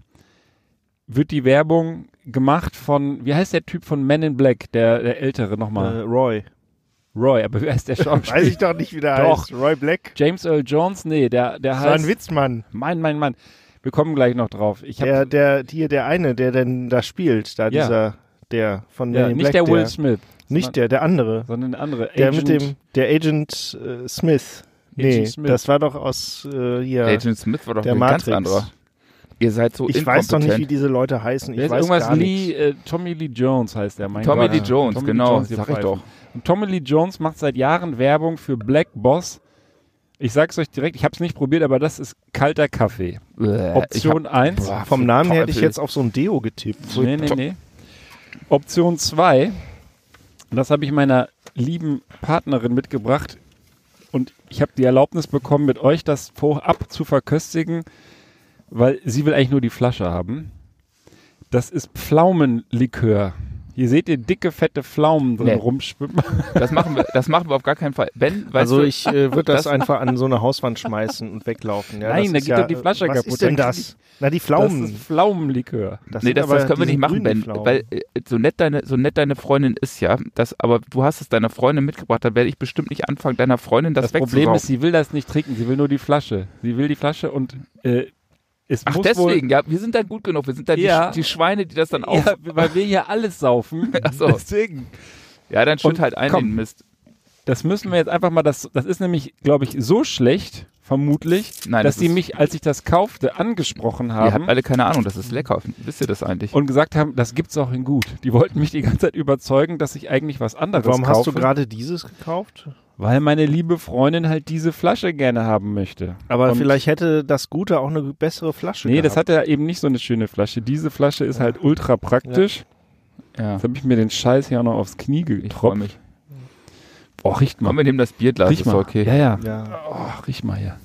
wird die Werbung gemacht von, wie heißt der Typ von Men in Black, der, der ältere Äh, nochmal? Roy. Roy, aber wie heißt der Schauspieler? Weiß ich doch nicht, wie der Doch. heißt. Roy Black. James Earl Jones? Nee, der, der Das war heißt... ein Witzmann. Mein, mein, Mann. Wir kommen gleich noch drauf. Ich hab, Der, der, hier der eine, der denn da spielt, da Ja. dieser, der von ja, Men in nicht Black, der Will Smith. Nicht der, der andere. Sondern der andere. Der Agent, mit dem, der Agent äh, Smith. Nee, Agent Smith. das war doch aus äh, hier. Agent Smith war doch Der ein Matrix. ganz anderer. Ihr seid so ich inkompetent. weiß doch nicht, wie diese Leute heißen. Ich Der ist weiß irgendwas gar Lee, nichts. äh, Tommy Lee Jones heißt der. Mein Tommy Gott. Lee Jones, Tommy genau, Jones, ihr sag ich Pfeifen. doch. Und Tommy Lee Jones macht seit Jahren Werbung für Black Boss. Ich sag's euch direkt, ich hab's nicht probiert, aber das ist kalter Kaffee. Äh, Option ich hab- eins. Boah, Vom Namen her hätte ich Teufel. jetzt auf so ein Deo getippt. Nee, nee, nee. Option zwei. Und das habe ich meiner lieben Partnerin mitgebracht. Und ich habe die Erlaubnis bekommen, mit euch das vorab zu verköstigen, weil sie will eigentlich nur die Flasche haben. Das ist Pflaumenlikör. Hier seht ihr dicke, fette Pflaumen drin Nee. rumschwimmen. Das machen wir, das machen wir auf gar keinen Fall. Ben, weißt Also du, ich äh, würde das, einfach an so eine Hauswand schmeißen und weglaufen. Ja, Nein, das da ist geht ja, doch die Flasche was kaputt. ist denn Dann das? Na, die Das Pflaumen. ist Pflaumenlikör. Das nee, sind das, aber das können wir diese nicht machen, grünen Ben, Pflaumen. weil äh, so nett deine, so nett deine Freundin ist, ja, das, aber du hast es deiner Freundin mitgebracht, da werde ich bestimmt nicht anfangen, deiner Freundin das, Das Problem wegzusaugen. ist, sie will das nicht trinken, sie will nur die Flasche. Sie will die Flasche und äh, es Ach, muss deswegen, ja, wir sind dann gut genug, wir sind dann Ja. die, die Schweine, die das dann wohl, auf... ja, weil wir hier alles saufen. Ach so. Deswegen. Ja, dann schütt Und halt ein komm. den Mist. Das müssen wir jetzt einfach mal, das, das ist nämlich, glaube ich, so schlecht, vermutlich, Nein, dass das sie ist- mich, als ich das kaufte, angesprochen Ihr haben habt alle keine Ahnung, das ist lecker. Wisst ihr das eigentlich? und gesagt haben, das gibt's auch in gut. Die wollten mich die ganze Zeit überzeugen, dass ich eigentlich was anderes Warum kaufe. hast du gerade dieses gekauft? Weil meine liebe Freundin halt diese Flasche gerne haben möchte. Aber Und- vielleicht hätte das Gute auch eine bessere Flasche Nee, das gehabt. hat ja eben nicht so eine schöne Flasche. Diese Flasche ist halt ultra praktisch. Ja, Jetzt habe ich mir den Scheiß hier auch noch aufs Knie ich freue getropft. mich. Boah, riecht mal. Komm, wir nehmen das Bierglas, riech ist mal. doch okay. Ja, ja. Ja. Oh, riech mal hier.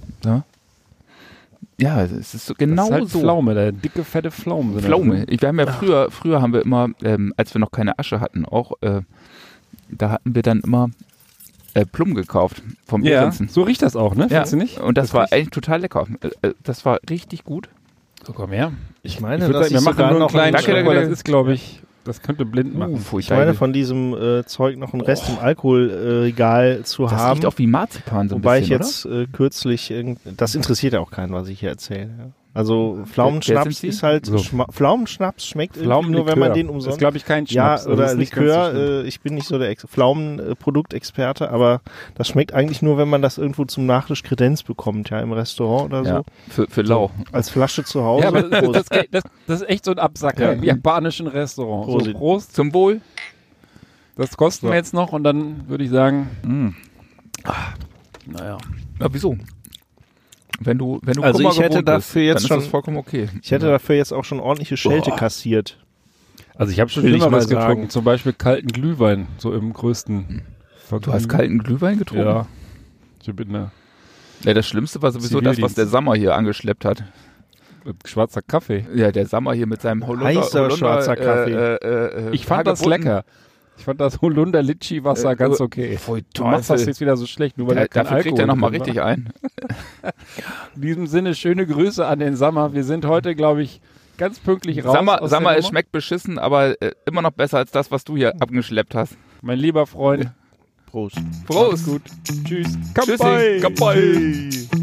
Ja, es ist so genau das ist halt so. Pflaume, der dicke, fette Pflaume. sind da Pflaume. drin. Ich, wir haben ja früher, früher haben wir immer, ähm, als wir noch keine Asche hatten, auch, äh, da hatten wir dann immer äh, Plum gekauft vom Ja, Behrensen. so riecht das auch, ne? Ja, Findest du nicht? und das, war riecht- eigentlich total lecker. Äh, äh, das war richtig gut. So, komm her. Ich Ich meine, würde dass sagen, wir ich machen sogar nur einen noch kleinen Danke, Schluck, danke, weil das danke. ist, glaube ich, das könnte blind machen. Uh, Ich meine, von diesem äh, Zeug noch einen Rest im Alkoholregal zu das haben. riecht auch wie Marzipan so ein Wobei bisschen, ich jetzt äh, kürzlich, irgend- das interessiert ja auch keinen, was ich hier erzähle. Ja. Also Wer Pflaumenschnaps sind Sie? ist halt, So. Schma Pflaumenschnaps schmeckt irgendwie nur, wenn man den Das ist, umsonst... glaube ich, kein Ja, Schnaps. Also oder das ist nicht ganz so Likör, schlimm. äh, ich bin nicht so der Ex Pflaumenproduktexperte, aber das schmeckt eigentlich nur, wenn man das irgendwo zum Nachtisch Kredenz bekommt, ja, im Restaurant oder so. Ja, für, für lau. Als Flasche zu Hause. Ja, aber das, Prost. das, das, das ist echt so ein Absacker Ja. im japanischen Restaurant. So, Prosit. Prost. Zum Wohl. Das kosten So. wir jetzt noch und dann würde ich sagen, Mm. naja. Ja, wieso? Wenn du, wenn du Also Kummer ich hätte gewohnt bist, dafür jetzt dann ist schon- das vollkommen okay. Ich hätte dafür jetzt auch schon ordentliche Schelte Boah. kassiert. Also ich habe schon Will ich Schlimmeres mal sagen. getrunken, zum Beispiel kalten Glühwein, so im größten Du hast kalten Glühwein getrunken? Ja. Ich bin eine Ja, das Schlimmste war sowieso das, was Zivildienst. der Sammer hier angeschleppt hat. schwarzer Kaffee. Ja, der Sammer hier mit seinem Holunder. Heißer Holunder, schwarzer Kaffee. Äh, äh, äh, Ich fand das Hagebutten. lecker. Ich fand das Holunder-Litschi-Wasser Äh, ganz äh, okay. Pfui, Du machst das Teufel. jetzt wieder so schlecht, nur weil Da, da kein dafür kriegt er Alkohol nochmal drin richtig war. ein. In diesem Sinne, schöne Grüße an den Sammer. Wir sind heute, glaube ich, ganz pünktlich raus. Sammer, aus Sammer der es Nummer. schmeckt beschissen, aber äh, immer noch besser als das, was du hier abgeschleppt hast. Mein lieber Freund. Prost. Prost. Gut. Tschüss. Tschüssi. Kappai.